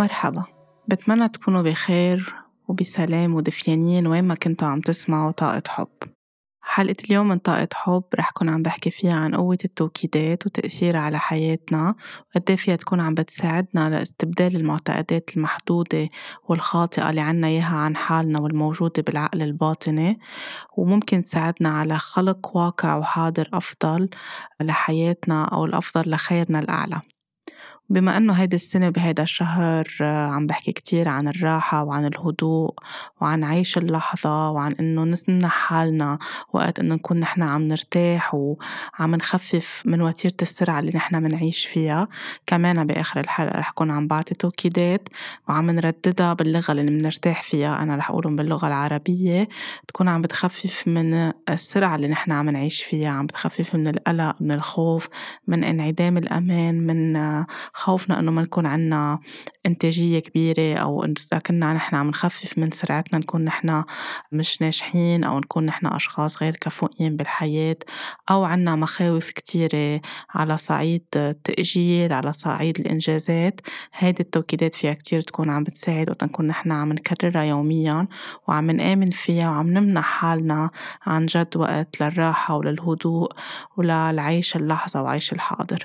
مرحبا، بتمنى تكونوا بخير وبسلام ودفيانين وين ما كنتوا عم تسمعوا طاقة حب. حلقة اليوم من طاقة حب رح كون عم بحكي فيها عن قوة التوكيدات وتأثيرها على حياتنا، وقد فيها تكون عم بتساعدنا لاستبدال المعتقدات المحدودة والخاطئة اللي عنا إياها عن حالنا والموجودة بالعقل الباطني، وممكن تساعدنا على خلق واقع وحاضر أفضل لحياتنا أو الأفضل لخيرنا الأعلى. بما أنه هيدا السنة بهيدا الشهر عم بحكي كتير عن الراحة وعن الهدوء وعن عيش اللحظة وعن أنه نمنح حالنا وقت أنه نكون نحن عم نرتاح وعم نخفف من وتيرة السرعة اللي نحن منعيش فيها. كمان بآخر الحلقة رح كون عم بعطي توكيدات وعم نرددها باللغة اللي منرتاح فيها، أنا رح أقولهم باللغة العربية، تكون عم بتخفف من السرعة اللي نحن عم نعيش فيها، عم بتخفف من القلق، من الخوف، من انعدام الأمان، من خوفنا إنه ما نكون عنا إنتاجية كبيرة، أو إذا كنا نحن عم نخفف من سرعتنا نكون نحن مش ناجحين، أو نكون نحن أشخاص غير كفؤين بالحياة، أو عنا مخاوف كتيرة على صعيد التأجيل، على صعيد الإنجازات. هيدي التوكيدات فيها كتير تكون عم بتساعد وقت نكون نحن عم نكررها يوميا وعم نآمن فيها وعم نمنح حالنا عن جد وقت للراحة وللهدوء وللعيش اللحظة وعيش الحاضر.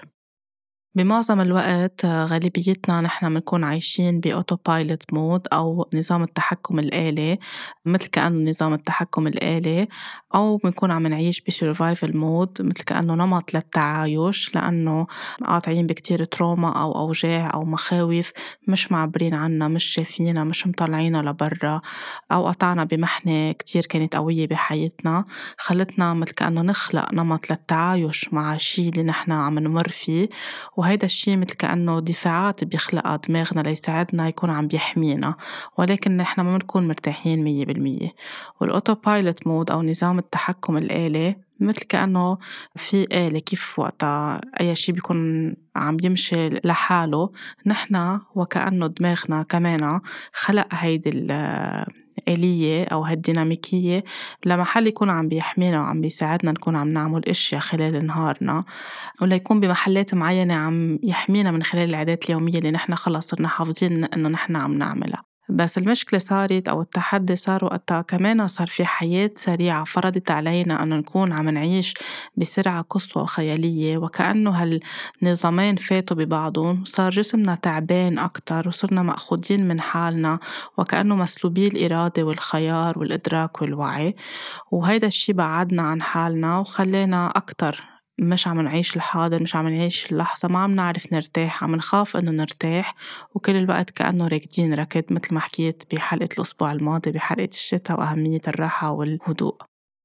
بمعظم الوقت غالبيتنا نحن منكون عايشين بأوتوبايلوت مود أو نظام التحكم الآلي، مثل كأنه نظام التحكم الآلي، أو منكون عم نعيش بسيرفايفل مود مثل كأنه نمط للتعايش، لأنه قاطعين بكتير تروما أو أوجاع أو مخاوف مش معبرين عنا، مش شايفينها، مش مطلعينها لبرا، أو قطعنا بمحنة كتير كانت قوية بحياتنا خلتنا مثل كأنه نخلق نمط للتعايش مع الشي اللي نحن عم نمر فيه. وهيدا الشيء مثل كأنه دفاعات بيخلقها دماغنا ليساعدنا يكون عم بيحمينا، ولكن نحن ما بنكون مرتاحين 100%. والأوتوبايلوت مود أو نظام التحكم الآلي مثل كأنه في آلة، كيف وقتا أي شيء بيكون عم يمشي لحاله، نحن وكأنه دماغنا كمان خلق هيدي الآلية أو هالديناميكية لمحل يكون عم بيحمينا وعم بيساعدنا نكون عم نعمل إشياء خلال نهارنا، ولا يكون بمحلات معينة عم يحمينا من خلال العادات اليومية اللي نحن خلص صرنا حافظين إنه نحن عم نعملها. بس المشكلة صارت أو التحدي صار وقتها كمان صار في حياة سريعة فرضت علينا أنه نكون عم نعيش بسرعة قصوى وخيالية، وكأنه هالنظامين فاتوا ببعضهم، صار جسمنا تعبان أكتر وصرنا مأخوذين من حالنا وكأنه مسلوبي الإرادة والخيار والإدراك والوعي. وهيدا الشي بعدنا عن حالنا وخلينا أكتر مش عم نعيش الحاضر، مش عم نعيش اللحظة، ما عم نعرف نرتاح، عم نخاف إنه نرتاح، وكل الوقت كأنه راكدين ركض مثل ما حكيت بحلقة الأسبوع الماضي بحلقة الشتاء وأهمية الراحة والهدوء.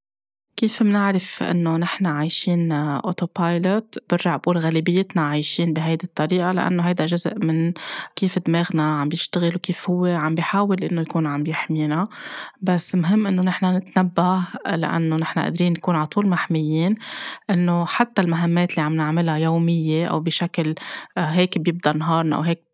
كيف منعرف إنه نحن عايشين أوتوبايلوت؟ برجع بقول غالبيتنا عايشين بهيدي الطريقة، لأنه هيدا جزء من كيف دماغنا عم بيشتغل وكيف هو عم بيحاول إنه يكون عم بيحمينا. بس مهم إنه نحن نتنبه، لأنه نحن قادرين نكون على طول محميين، إنه حتى المهمات اللي عم نعملها يومية أو بشكل هيك بيبدأ نهارنا أو هيك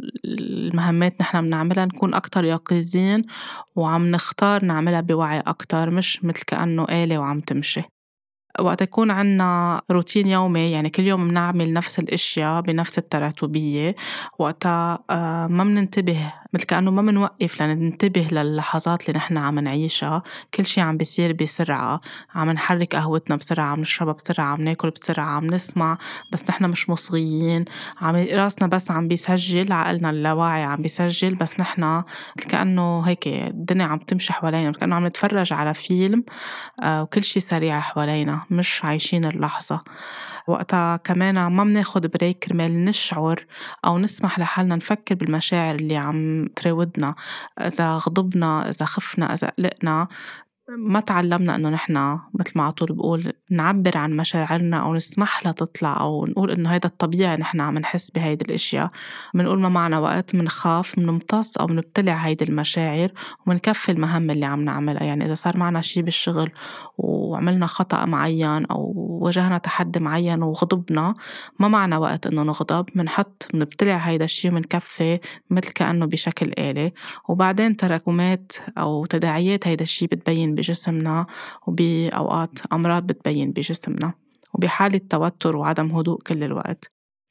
المهمات نحن بنعملها نكون أكتر يقظين وعم نختار نعملها بوعي أكتر، مش مثل كأنه آلة وعم تمشي. وقت يكون عنا روتين يومي، يعني كل يوم بنعمل نفس الاشياء بنفس التراتبية، وقتها ما مننتبه، مثل كأنه ما منوقف لننتبه للحظات اللي نحن عم نعيشها. كل شي عم بيصير بسرعة، عم نحرك قهوتنا بسرعة، عم نشربها بسرعة، عم ناكل بسرعة، عم نسمع بس نحن مش مصغيين، راسنا بس عم بيسجل، عقلنا اللاواعي عم بيسجل، بس نحن مثل كأنه هيك الدنيا عم تمشي حوالينا، مثل كأنه عم نتفرج على فيلم وكل شي سريع حوالينا، مش عايشين اللحظة. وقتها كمان ما مناخد بريك كرمال نشعر أو نسمح لحالنا نفكر بالمشاعر اللي عم تراودنا. إذا غضبنا، إذا خفنا، إذا قلقنا، ما تعلمنا إنه نحن مثل ما عطول بقول نعبر عن مشاعرنا أو نسمح لها تطلع، أو نقول إنه هيدا الطبيعي نحن عم نحس بهيدي الأشياء. منقول ما معنا وقت، منخاف، منمتص أو منبتلع هيدي المشاعر ومنكفي المهام اللي عم نعملها. يعني إذا صار معنا شي بالشغل وعملنا خطأ معين أو واجهنا تحدي معين وغضبنا، ما معنا وقت إنه نغضب، منبتلع هيدا الشي ومنكفي مثل كأنه بشكل آلي، وبعدين تراكمات أو تداعيات هيدا الشي بتبين بجسمنا، وبأوقات أمراض بتبين بجسمنا، وبحالة توتر وعدم هدوء كل الوقت.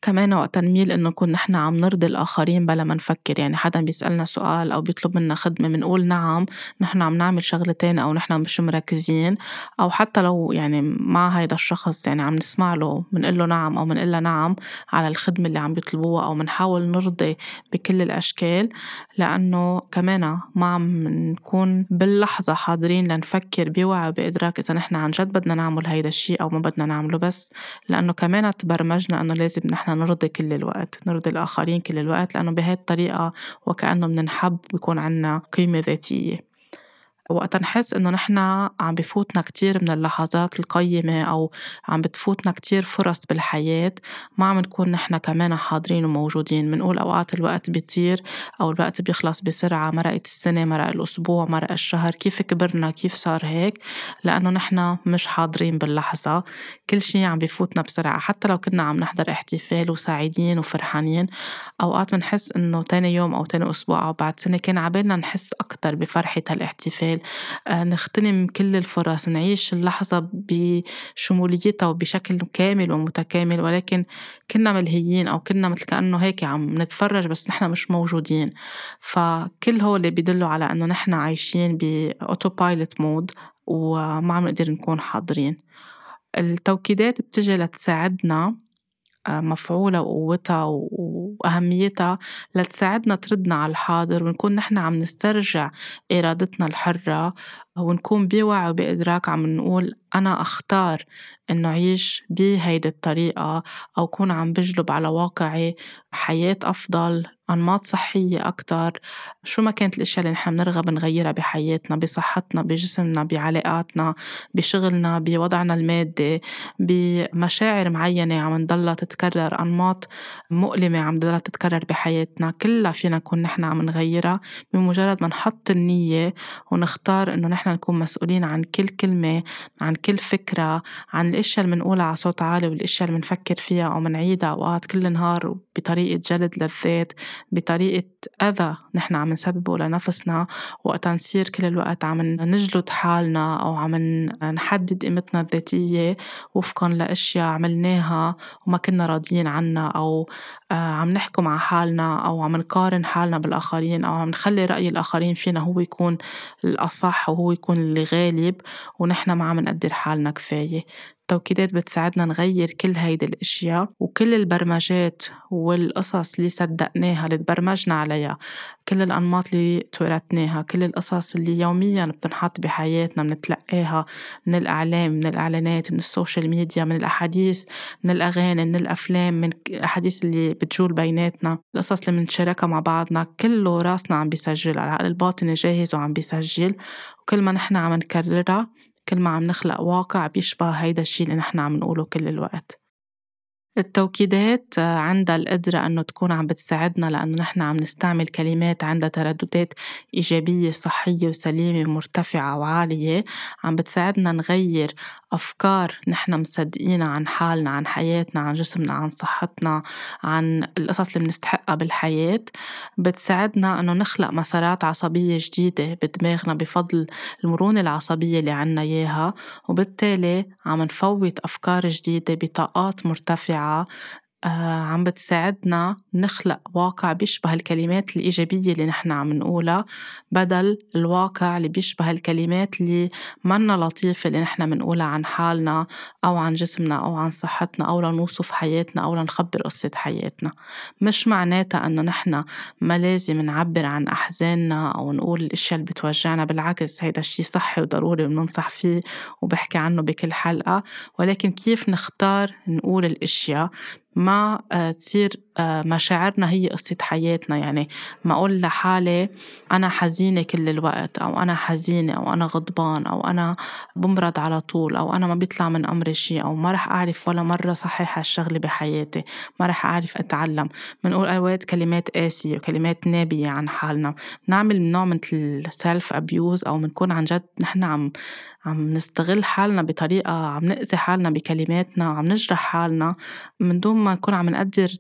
كمان وقت نميل إنه نكون نحن عم نرضي الآخرين بلا ما نفكر، يعني حدا بيسألنا سؤال أو بيطلب منا خدمة منقول نعم، نحن عم نعمل شغلة تانية أو نحن مش مركزين، أو حتى لو يعني مع هيدا الشخص يعني عم نسمع له منقله نعم أو منقلها نعم على الخدمة اللي عم بيطلبوها، أو منحاول نرضي بكل الأشكال، لأنه كمان ما عم نكون باللحظة حاضرين لنفكر بوعي وبإدراك إذا نحن عن جد بدنا نعمل هيدا الشي أو ما بدنا نعمله، بس لأنه كمان تبرمجنا إنه لازم نحن نرضي كل الوقت، نرضي الآخرين كل الوقت، لأنه بهاي الطريقة وكأنه مننحب بيكون عنا قيمة ذاتية. وقت نحس إنه نحن عم بفوتنا كتير من اللحظات القيمة أو عم بتفوتنا كتير فرص بالحياة، ما عم نكون نحن كمان حاضرين وموجودين، منقول أوقات الوقت بيطير أو الوقت بيخلص بسرعة، مرقت السنة، مرق الأسبوع، مرق الشهر، كيف كبرنا، كيف صار هيك، لأنه نحن مش حاضرين باللحظة. كل شي عم بفوتنا بسرعة، حتى لو كنا عم نحضر احتفال وسعيدين وفرحانين، أوقات منحس إنه تاني يوم أو تاني أسبوع أو بعد سنة كان عبالنا نحس أكتر بفرحة هالاحتفال، نغتنم كل الفرص، نعيش اللحظة بشموليتها وبشكل كامل ومتكامل، ولكن كنا ملهيين أو كنا مثل كأنه هيك عم نتفرج بس نحن مش موجودين. فكل هول بيدلوا على أنه نحن عايشين بأوتو بايلوت مود وما عم نقدر نكون حاضرين. التوكيدات بتجي لتساعدنا، مفعولة وقوتها وأهميتها لتساعدنا تردنا على الحاضر ونكون نحن عم نسترجع إرادتنا الحرة، ونكون بوعي وبإدراك عم نقول أنا أختار إنه أعيش بهيدي الطريقة، أو كون عم بجلب على واقعي حياة أفضل، أنماط صحية أكتر، شو ما كانت الأشياء اللي نحن بنرغب نغيرها بحياتنا، بصحتنا، بجسمنا، بعلاقاتنا، بشغلنا، بوضعنا المادي، بمشاعر معينة عم نضلها تتكرر، أنماط مؤلمة عم نضلها تتكرر بحياتنا، كلها فينا نكون نحن عم نغيرها بمجرد ما نحط النية ونختار إنه نحن نكون مسؤولين عن كل كلمة، عن كل فكرة، عن الأشياء اللي منقولها على صوت عالي والأشياء اللي منفكر فيها أو منعيدها أوقات كل نهار بطريقة جلد للذات، بطريقة أذى نحن عم نسببه لنفسنا. وقتا نصير كل الوقت عم نجلد حالنا أو عم نحدد قيمتنا الذاتية وفقا لأشياء عملناها وما كنا راضيين عنها، أو عم نحكم على حالنا أو عم نقارن حالنا بالآخرين، أو عم نخلي رأي الآخرين فينا هو يكون الأصح وهو يكون اللي غالب ونحن ما عم نقدر حالنا كفاية. التوكيدات بتساعدنا نغير كل هيدي الأشياء وكل البرمجات والقصص اللي صدقناها اللي تبرمجنا عليها، كل الأنماط اللي تورثناها، كل القصص اللي يوميا بتنحط بحياتنا بنتلقاها من الإعلام، من الإعلانات، من السوشيال ميديا، من الأحاديث، من الأغاني، من الأفلام، من الأحاديث اللي بتجول بيناتنا، القصص اللي منشاركها مع بعضنا، كله راسنا عم بيسجل، العقل الباطني جاهز وعم بيسجل، وكل ما نحن عم نكررها كل ما عم نخلق واقع بيشبه هيدا الشي اللي نحن عم نقوله كل الوقت. التوكيدات عندها القدرة أنه تكون عم بتساعدنا لأنه نحن عم نستعمل كلمات عندها ترددات إيجابية صحية وسليمة مرتفعة وعالية، عم بتساعدنا نغير أفكار نحن مصدقينها عن حالنا، عن حياتنا، عن جسمنا، عن صحتنا، عن القصص اللي بنستحقها بالحياة. بتساعدنا أنه نخلق مسارات عصبية جديدة بدماغنا بفضل المرونة العصبية اللي عنا إياها، وبالتالي عم نفوت أفكار جديدة بطاقات مرتفعة، عم بتساعدنا نخلق واقع بيشبه الكلمات الإيجابية اللي نحن عم نقولها بدل الواقع اللي بيشبه الكلمات اللي منا لطيفة اللي نحن منقولها عن حالنا أو عن جسمنا أو عن صحتنا أو لنوصف حياتنا أو لنخبر قصة حياتنا. مش معناتها أنه نحن ما لازم نعبر عن أحزاننا أو نقول الأشياء اللي بتوجعنا، بالعكس هيدا الشي صحي وضروري وبننصح فيه وبحكي عنه بكل حلقة، ولكن كيف نختار نقول الأشياء ما تصير مشاعرنا هي قصة حياتنا. يعني ما أقول لحالي أنا حزينة كل الوقت أو أنا حزينة أو أنا غضبان أو أنا بمرض على طول أو أنا ما بيطلع من أمري شيء أو ما رح أعرف ولا مرة صحيح هالشغلة بحياتي، ما رح أعرف أتعلم. منقول أوقات كلمات قاسية وكلمات نابية عن حالنا، نعمل نوع من السيلف أبيوز أو منكون عن جد نحن عم نستغل حالنا بطريقة، عم نأذي حالنا بكلماتنا، عم نجرح حالنا من دون ما نكون عم نقدر تبعات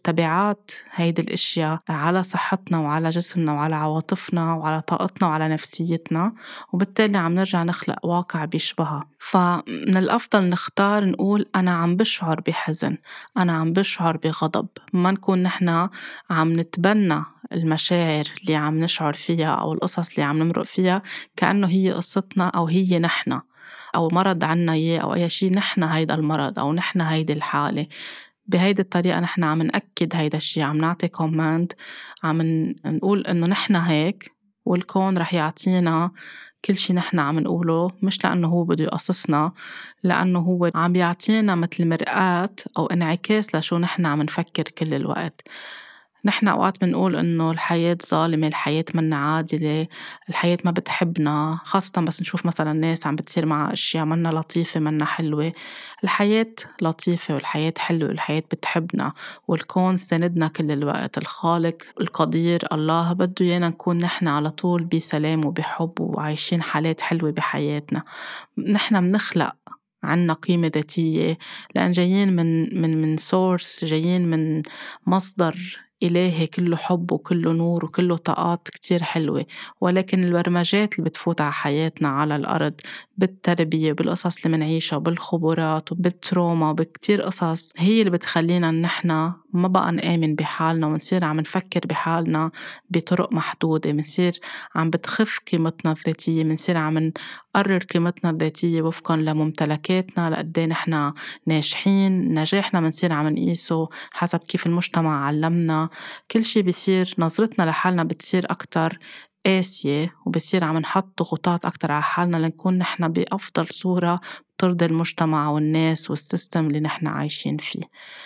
تأثيرات هيدي الأشياء على صحتنا وعلى جسمنا وعلى عواطفنا وعلى طاقتنا وعلى نفسيتنا، وبالتالي عم نرجع نخلق واقع بيشبهها. فمن الأفضل نختار نقول أنا عم بشعر بحزن، أنا عم بشعر بغضب، ما نكون نحنا عم نتبنى المشاعر اللي عم نشعر فيها أو القصص اللي عم نمرق فيها كأنه هي قصتنا أو هي نحنا، أو مرض عنا إياه أو أي شيء نحنا هيدا المرض أو نحنا هيدي الحالة. بهيدي الطريقة نحنا عم نأكد هيدا الشيء، عم نعطي كوماند، عم نقول إنه نحنا هيك، والكون رح يعطينا كل شي نحنا عم نقوله، مش لأنه هو بده يقصصنا، لأنه هو عم يعطينا مثل مرآة أو انعكاس لشو نحنا عم نفكر كل الوقت. نحن أوقات بنقول إنه الحياة ظالمة، الحياة منا عادلة، الحياة ما بتحبنا، خاصة بس نشوف مثلا ناس عم بتصير معها أشياء منا لطيفة منا حلوة. الحياة لطيفة والحياة حلوة والحياة بتحبنا، والكون سندنا كل الوقت. الخالق القدير الله بده يانا نكون نحن على طول بسلام وبحب وعايشين حالات حلوة بحياتنا. نحن بنخلق عنا قيمة ذاتية لأن جايين من سورس، جايين من مصدر إلهي كله حب وكله نور وكله طاقات كتير حلوة. ولكن البرمجات اللي بتفوت على حياتنا على الأرض بالتربية بالقصص اللي منعيشها بالخبرات وبالتروما وبكتير قصص هي اللي بتخلينا نحنا ما بقى نآمن بحالنا ونصير عم نفكر بحالنا بطرق محدودة، منصير عم بتخف قيمتنا الذاتية، منصير عم نقرر قيمتنا الذاتية وفقا لممتلكاتنا لقديه نحنا ناجحين. نجاحنا منصير عم نقيسه حسب كيف المجتمع علمنا. كل شي بيصير نظرتنا لحالنا بتصير أكتر قاسية، وبصير عم نحط ضغوطات أكتر على حالنا لنكون نحنا بأفضل صورة ترضي المجتمع والناس والسيستم اللي نحنا عايشين فيه.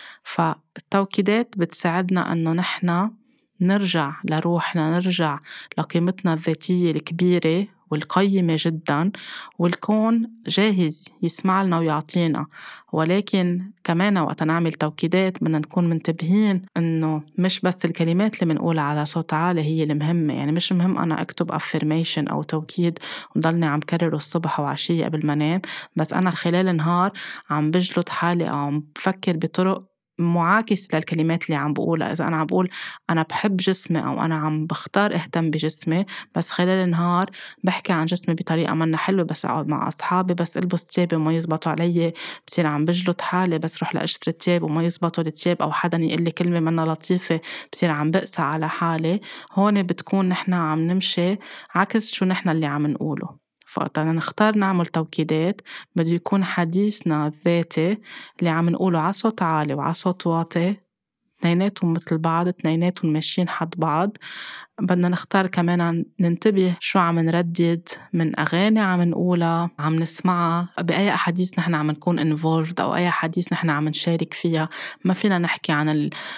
فالتوكيدات بتساعدنا أنه نحنا نرجع لروحنا، نرجع لقيمتنا الذاتية الكبيرة والقيمة جدا، والكون جاهز يسمع لنا ويعطينا. ولكن كمان وقت نعمل توكيدات بدنا نكون منتبهين إنه مش بس الكلمات اللي بنقولها على صوت عالي هي المهمة. يعني مش مهم أنا أكتب affirmation أو توكيد وضلني عم كرره الصبح وعشية قبل ما أنام، بس أنا خلال النهار عم بجلد حالي أو عم بفكر بطرق معاكس للكلمات اللي عم بقولها. إذا أنا عم بقول أنا بحب جسمي أو أنا عم بختار أهتم بجسمي، بس خلال النهار بحكي عن جسمي بطريقة منا حلوة، بس أقعد مع أصحابي بس ألبس تياب وما يزبطوا علي بصير عم بجلد حالي، بس روح لأشتري تياب وما يزبطوا التياب أو حدا يقول لي كلمة منا لطيفة بصير عم بقسى على حالي. هون بتكون نحنا عم نمشي عكس شو نحنا اللي عم نقوله. فأنا نختار نعمل توكيدات بده يكون حديثنا الذاتي اللي عم نقوله على صوت عالي وعلى صوت واطي، اثنيناتهم مثل بعض، اثنيناتهم ماشيين حد بعض. بدنا نختار كمان ننتبه شو عم نردد من أغاني عم نقولها عم نسمعها، بأي أحاديث نحن عم نكون involved أو أي حديث نحن عم نشارك فيها. ما فينا نحكي عن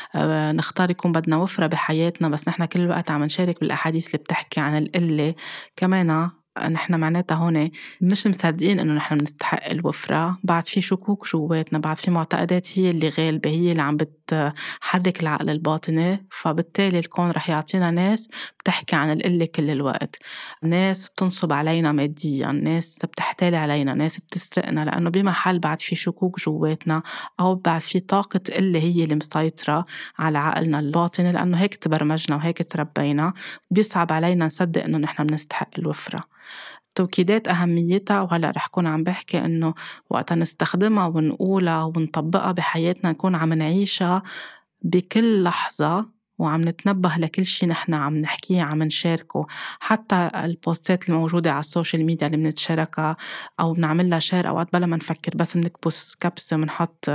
نختار يكون بدنا وفرة بحياتنا بس نحن كل الوقت عم نشارك بالأحاديث اللي بتحكي عن القلة. كمان نحن معناتها هون مش مصدقين إنه نحن بنستحق الوفرة، بعد في شكوك جواتنا، بعد في معتقدات هي اللي غالبة، هي اللي عم بتحرك العقل الباطني. فبالتالي الكون رح يعطينا ناس بتحكي عن القلة كل الوقت، ناس بتنصب علينا ماديا، ناس بتحتال علينا، ناس بتسرقنا، لأنه بمحل بعد في شكوك جواتنا أو بعد في طاقة قلة هي اللي مسيطرة على عقلنا الباطني، لأنه هيك تبرمجنا وهيك تربينا. بيصعب علينا نصدق إنه نحن بنستحق الوفرة. التوكيدات أهميتها، وهلأ رح كون عم بحكي إنه وقتا نستخدمها ونقولها ونطبقها بحياتنا نكون عم نعيشها بكل لحظة وعم نتنبه لكل شي نحن عم نحكيه عم نشاركه. حتى البوستات الموجودة على السوشيال ميديا اللي بنتشاركها أو بنعملها شير أوقات بلا ما نفكر، بس بنكبس كبسة منحط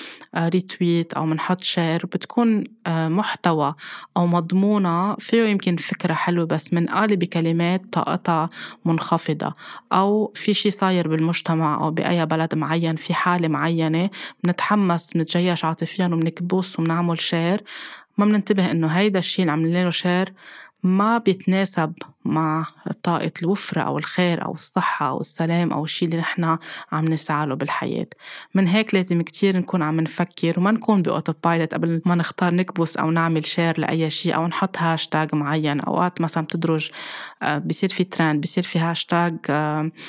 ريتويت أو منحط شير، بتكون محتوى أو مضمونة فيه يمكن فكرة حلوة بس منقالة بكلمات طاقتها منخفضة، أو في شي صاير بالمجتمع أو بأي بلد معين في حالة معينة بنتحمس بنتجيش عاطفيا وبنكبس وبنعمل شير. ما بننتبه إنه هيدا الشي اللي عم نلاقيه شير ما بيتناسب مع طاقة الوفرة أو الخير أو الصحة أو السلام أو الشي اللي نحنا عم نسعى له بالحياة. من هيك لازم كتير نكون عم نفكر وما نكون بأوتوبايلوت قبل ما نختار نكبس أو نعمل شير لأي شي أو نحط هاشتاج معين. أوقات مثلا بتدرج بيصير في ترند، بيصير في هاشتاج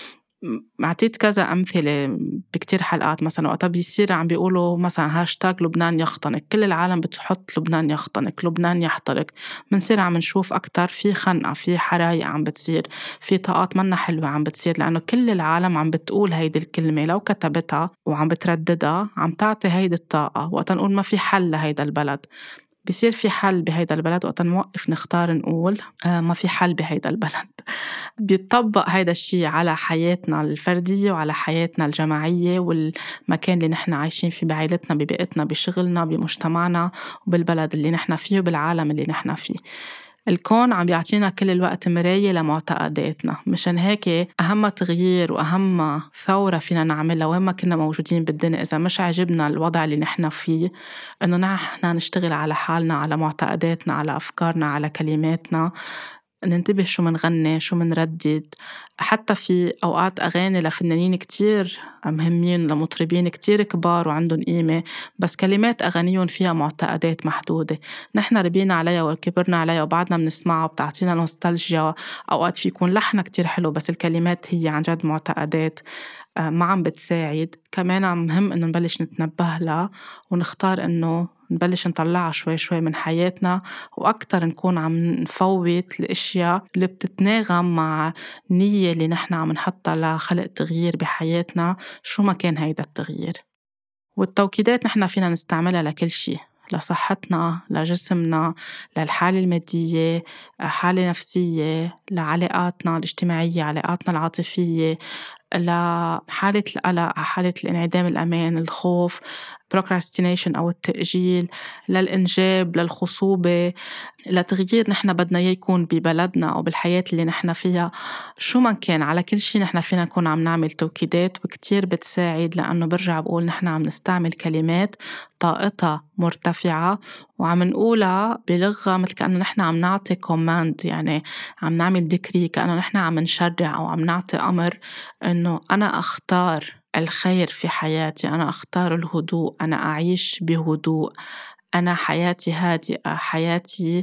عطيت كذا أمثلة بكتير حلقات. مثلا وقتها بيصير عم بيقولوا مثلا هاشتاج لبنان يحتنق، كل العالم بتحط لبنان يحتنق، لبنان يحترق، منصير عم نشوف أكتر في خنقة، في حرايق عم بتصير، في طاقات منا حلوة عم بتصير، لأنه كل العالم عم بتقول هيدي الكلمة. لو كتبتها وعم بترددها عم تعطي هيدي الطاقة. وقتا نقول ما في حل لهيدا البلد، بصير في حل بهيدا البلد. وقتا نوقف نختار نقول ما في حل بهيدا البلد. بيتطبق هيدا الشي على حياتنا الفردية وعلى حياتنا الجماعية والمكان اللي نحن عايشين فيه، بعائلتنا، ببيئتنا، بشغلنا، بمجتمعنا، وبالبلد اللي نحن فيه، وبالعالم اللي نحن فيه. الكون عم بيعطينا كل الوقت مراية لمعتقداتنا. مشان هيك أهم تغيير وأهم ثورة فينا نعملها وين ما كنا موجودين بالدنيا، إذا مش عجبنا الوضع اللي نحن فيه، إنه نحن نشتغل على حالنا، على معتقداتنا، على أفكارنا، على كلماتنا، ننتبه شو منغني، شو منردد. حتى في أوقات أغاني لفنانين كتير مهمين، لمطربين كتير كبار وعندهم قيمة، بس كلمات أغانيهم فيها معتقدات محدودة نحن ربينا عليها وكبرنا عليها وبعدنا بنسمعها وبتعطينا نوستالجيا. أوقات في يكون لحنها كتير حلو بس الكلمات هي عن جد معتقدات ما عم بتساعد. كمان مهم إنه نبلش نتنبه لها ونختار إنه نبلش نطلعها شوي شوي من حياتنا، وأكتر نكون عم نفوت الأشياء اللي بتتناغم مع النية اللي نحن عم نحطها لخلق تغيير بحياتنا شو ما كان هيدا التغيير. والتوكيدات نحن فينا نستعملها لكل شيء، لصحتنا، لجسمنا، للحالة المادية، حالة نفسية، لعلاقاتنا الاجتماعية، علاقاتنا العاطفية، لحالة القلق، حالة الانعدام الأمان، الخوف، procrastination أو التأجيل، للإنجاب، للخصوبة، لتغيير نحن بدنا إياه يكون ببلدنا أو بالحياة اللي نحن فيها. شو ما كان، على كل شيء نحن فينا نكون عم نعمل توكيدات، وكتير بتساعد. لأنه برجع بقول نحن عم نستعمل كلمات طاقتها مرتفعة وعم نقولها بلغة مثل كأنه نحن عم نعطي كوماند، يعني عم نعمل ديكري، كأنه نحن عم نشرع أو عم نعطي أمر إنه أنا أختار الخير في حياتي، أنا أختار الهدوء، أنا أعيش بهدوء، أنا حياتي هادئة، حياتي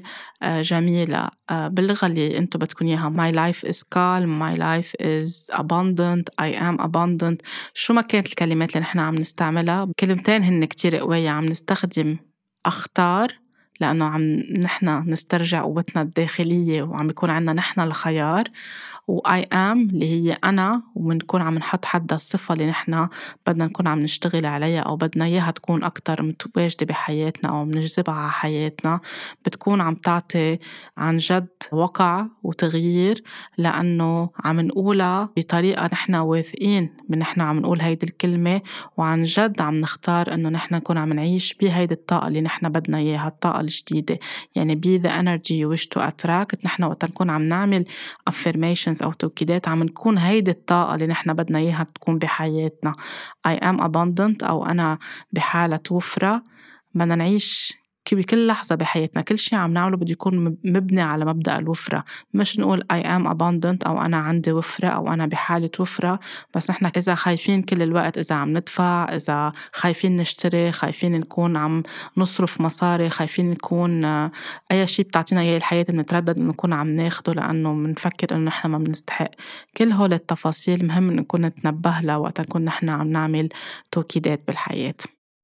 جميلة، باللغة اللي أنتوا بدكم إياها. My life is calm, my life is abundant, I am abundant. شو ما كانت الكلمات اللي نحن عم نستعملها، كلمتين هن كتير قوية. عم نستخدم أختار لأنه عم نحن نسترجع قوتنا الداخلية وعم يكون عنا نحن الخيار، و I am اللي هي أنا، ومنكون عم نحط حدها الصفة اللي نحن بدنا نكون عم نشتغل عليها أو بدنا إياها تكون أكتر متواجدة بحياتنا أو منجذبها على حياتنا. بتكون عم تعطي عن جد وقع وتغيير، لأنه عم نقولها بطريقة نحن واثقين من نحن عم نقول هيدي الكلمة، وعن جد عم نختار إنه نحن نكون عم نعيش بهيدي الطاقة اللي نحن بدنا إياها، الطاقة الجديدة. يعني be the energy you wish to attract. نحن وقت نكون عم نعمل affirmations أو توكيدات عم نكون هيدي الطاقة اللي نحن بدنا إياها تكون بحياتنا. I am abundant أو أنا بحالة وفرة. بدنا نعيش بكل لحظة بحياتنا كل شيء عم نعمله بده يكون مبني على مبدأ الوفرة، مش نقول I am abundant أو أنا عندي وفرة أو أنا بحالة وفرة. بس نحن إذا خايفين كل الوقت، إذا عم ندفع، إذا خايفين نشتري، خايفين نكون عم نصرف مصاري، خايفين نكون أي شيء بتعطينا إياه الحياة بنتردد إنه نكون عم ناخده لأنه منفكر إنه نحن ما بنستحق. كل هول التفاصيل مهم نكون نتنبه لها وقت نكون نحن عم نعمل توكيدات بالحياة.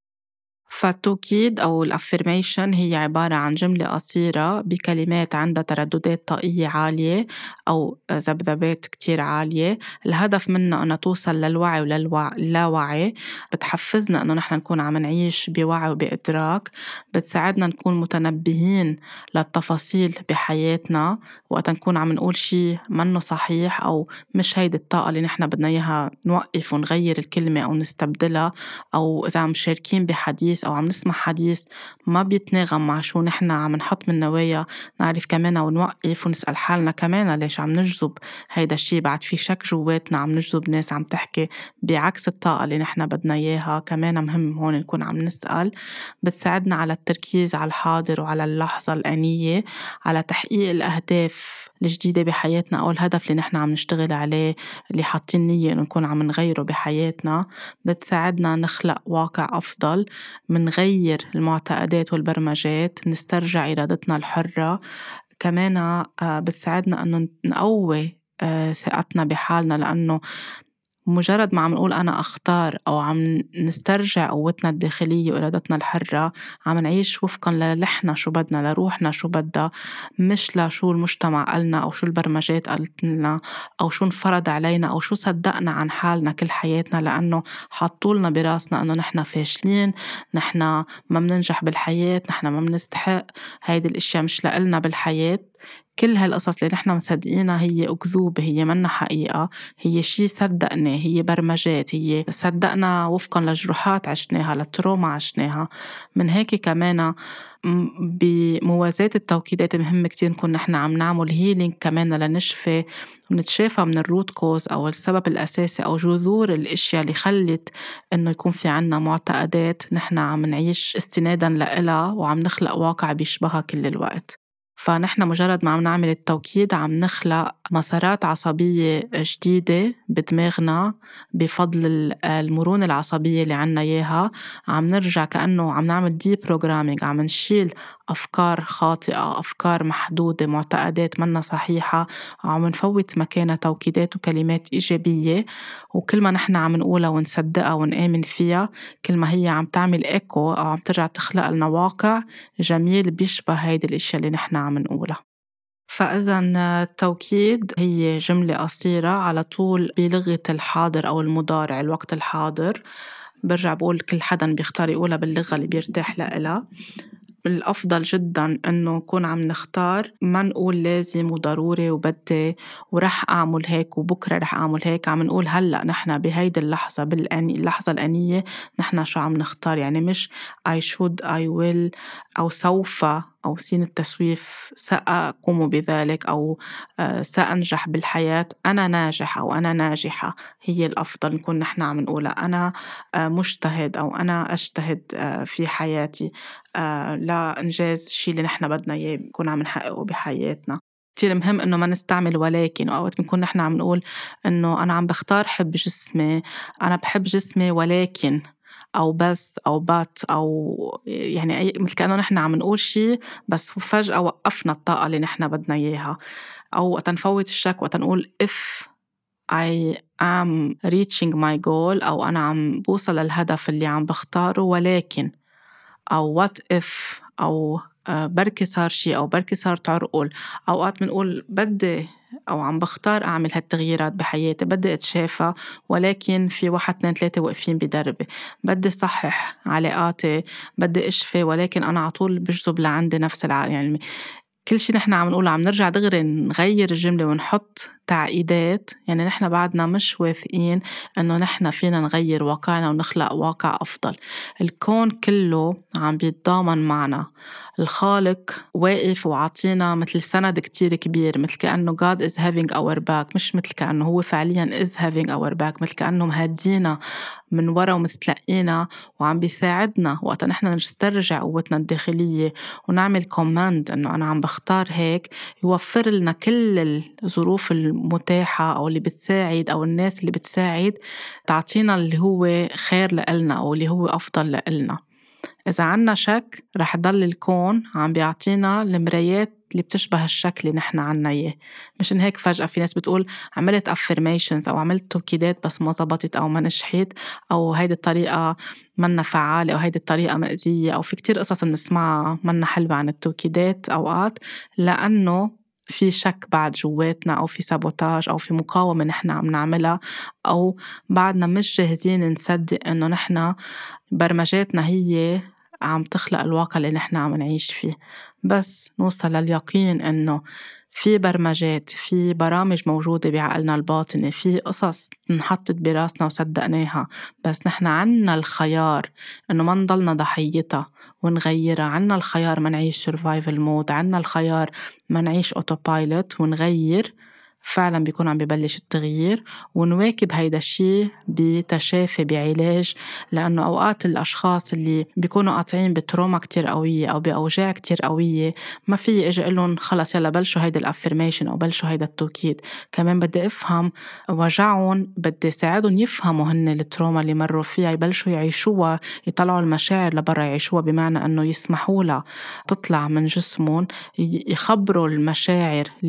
فالتوكيد أو الأفرميشن هي عبارة عن جملة قصيرة بكلمات عندها ترددات طاقية عالية أو ذبذبات كتير عالية. الهدف منها أنها توصل للوعي واللاوعي، بتحفزنا أنه نحن نكون عم نعيش بوعي وبإدراك، بتساعدنا نكون متنبهين للتفاصيل بحياتنا وقت نكون عم نقول شيء منه صحيح أو مش هيدي الطاقة اللي نحن بدنا إياها، نوقف ونغير الكلمة أو نستبدلها. أو إذا عم شاركين بحديث أو عم نسمع حديث ما بيتناغم مع شو نحن عم نحط من نوايا، نعرف كمان ونوقف ونسأل حالنا كمان ليش عم نجذب هيدا الشيء. بعد في شك جواتنا عم نجذب ناس عم تحكي بعكس الطاقة اللي نحن بدنا إياها، كمان مهم هون نكون عم نسأل. بتساعدنا على التركيز على الحاضر وعلى اللحظة الآنية، على تحقيق الأهداف الجديدة بحياتنا أو الهدف اللي نحن عم نشتغل عليه، اللي حاطين نية إنه نكون عم نغيره بحياتنا. بتساعدنا نخلق واقع أفضل، منغير المعتقدات والبرمجات، نسترجع إرادتنا الحرة. كمان بتساعدنا أنه نقوي ثقتنا بحالنا، لأنه مجرد ما عم نقول أنا أختار أو عم نسترجع قوتنا الداخلية وإرادتنا الحرة، عم نعيش وفقا للحنا شو بدنا، لروحنا شو بدها، مش لشو المجتمع قالنا أو شو البرمجات قالت لنا أو شو انفرض علينا أو شو صدقنا عن حالنا كل حياتنا، لأنه حطولنا براسنا أنه نحنا فاشلين، نحنا ما مننجح بالحياة، نحنا ما منستحق، هيدي الاشياء مش لإلنا بالحياة. كل هالقصص اللي نحنا مصدقينها هي أكذوبة، هي منا حقيقة، هي شي صدقنا، هي برمجات، هي صدقنا وفقا لجروحات عشناها، لتروما عشناها. من هيك كمان بموازاة التوكيدات مهم كتير نكون نحنا عم نعمل هيلينج كمان لنشفي ونتشافى من الروت كوز أو السبب الأساسي أو جذور الأشياء اللي خلت إنه يكون في عنا معتقدات نحنا عم نعيش استنادا لإلها وعم نخلق واقع بيشبهها كل الوقت. فنحن مجرد ما عم نعمل التوكيد عم نخلق مسارات عصبية جديدة بدماغنا بفضل المرونة العصبية اللي عنا إياها. عم نرجع كأنه عم نعمل دي بروجرامينج، عم نشيل أفكار خاطئة، أفكار محدودة، معتقدات منا صحيحة، عم نفوت مكانها توكيدات وكلمات إيجابية. وكل ما نحن عم نقولها ونصدقها ونآمن فيها، كل ما هي عم تعمل إيكو أو عم ترجع تخلق لنا واقع جميل بيشبه هيدي الاشياء اللي نحن عم نقولها. فإذا التوكيد هي جملة قصيرة على طول بلغة الحاضر أو المضارع، الوقت الحاضر. برجع بقول كل حدا بيختار يقولها باللغة اللي بيرتاح لها. الأفضل جداً إنه نكون عم نختار، ما نقول لازم وضروري وبدي ورح أعمل هيك وبكرة رح أعمل هيك. عم نقول هلأ نحن بهيدي اللحظة، اللحظة الآنية نحن شو عم نختار. يعني مش I should I will أو سوف أو سين التسويف سأقوم بذلك أو سأنجح بالحياة. أنا ناجح أو أنا ناجحة هي الأفضل نكون نحن عم نقولها. أنا مجتهد أو أنا أجتهد في حياتي لا إنجاز الشيء اللي نحن بدنا إياه نكون عم نحققه بحياتنا. كتير مهم إنه ما نستعمل ولكن. وأوقات بنكون نحن عم نقول إنه أنا عم بختار حب جسمي، أنا بحب جسمي ولكن، أو بس أو بات أو يعني أي مثل كأنه نحن عم نقول شيء بس فجأة وقفنا الطاقة اللي نحن بدنا إياها. أو وقت نفوت الشك، وقت نقول if I am reaching my goal أو أنا عم بوصل للهدف اللي عم بختاره ولكن، أو what if أو بركي صار شيء أو بركي صارت عرقل. أوقات بنقول بدي أو عم بختار أعمل هالتغييرات بحياتي، بدي أتشافى ولكن في 1 2 3 واقفين بدربي، بدي صحح علاقاتي، بدي أشفي ولكن أنا عطول بجذب لعندي نفس يعني كل شيء نحن عم نقوله عم نرجع دغري نغير الجملة ونحط تعقيدات. يعني نحن بعدنا مش واثقين إنه نحن فينا نغير واقعنا ونخلق واقع أفضل. الكون كله عم بيتضامن معنا، الخالق واقف وعطينا مثل سند كتير كبير، مثل كأنه God is having our back، مش مثل كأنه هو فعليا is having our back، مثل كأنه مهدينا من ورا ومستلقينا وعم بيساعدنا وقتا نحن نسترجع قوتنا الداخلية ونعمل كوماند إنه أنا عم بختار هيك. يوفر لنا كل الظروف المتاحة أو اللي بتساعد أو الناس اللي بتساعد تعطينا اللي هو خير لإلنا أو اللي هو أفضل لإلنا. إذا عنا شك رح يضل الكون عم بيعطينا المرايات اللي بتشبه الشكل اللي نحن عنا إياه. مشان هيك فجأة في ناس بتقول عملت affirmations أو عملت توكيدات بس ما زبطت أو ما نجحت، أو هيدي الطريقة منا فعالة، أو هيدي الطريقة مأزية، أو في كتير قصص بنسمعها منا حلوة عن التوكيدات أوقات، لأنه في شك بعد جواتنا أو في سابوتاج أو في مقاومة نحن عم نعملها، أو بعدنا مش جاهزين نصدق إنه نحن برمجاتنا هي عم تخلق الواقع اللي نحن عم نعيش فيه. بس نوصل لليقين إنه في برمجات، في برامج موجودة بعقلنا الباطني، في قصص انحطت براسنا وصدقناها، بس نحن عنا الخيار إنه ما نضلنا ضحيتها ونغيرها. عنا الخيار ما نعيش survival mode، عنا الخيار ما نعيش autopilot ونغير. فعلا بيكون عم ببلش التغيير ونواكب هيدا الشيء بتشافي بعلاج. لأنه أوقات الأشخاص اللي بيكونوا قاطعين بتروما كتير قوية أو بأوجاع كتير قوية ما في إجي قلن خلص يلا بلشوا هيدا الأفرميشن أو بلشوا هيدا التوكيد. كمان بدي أفهم وجعهم، بدي ساعدهم يفهموا هن التروما اللي مروا فيها، يبلشوا يعيشوها، يطلعوا المشاعر لبرا يعيشوها، بمعنى أنه يسمحوا لها تطلع من جسمهم، يخبروا المشاعر اللي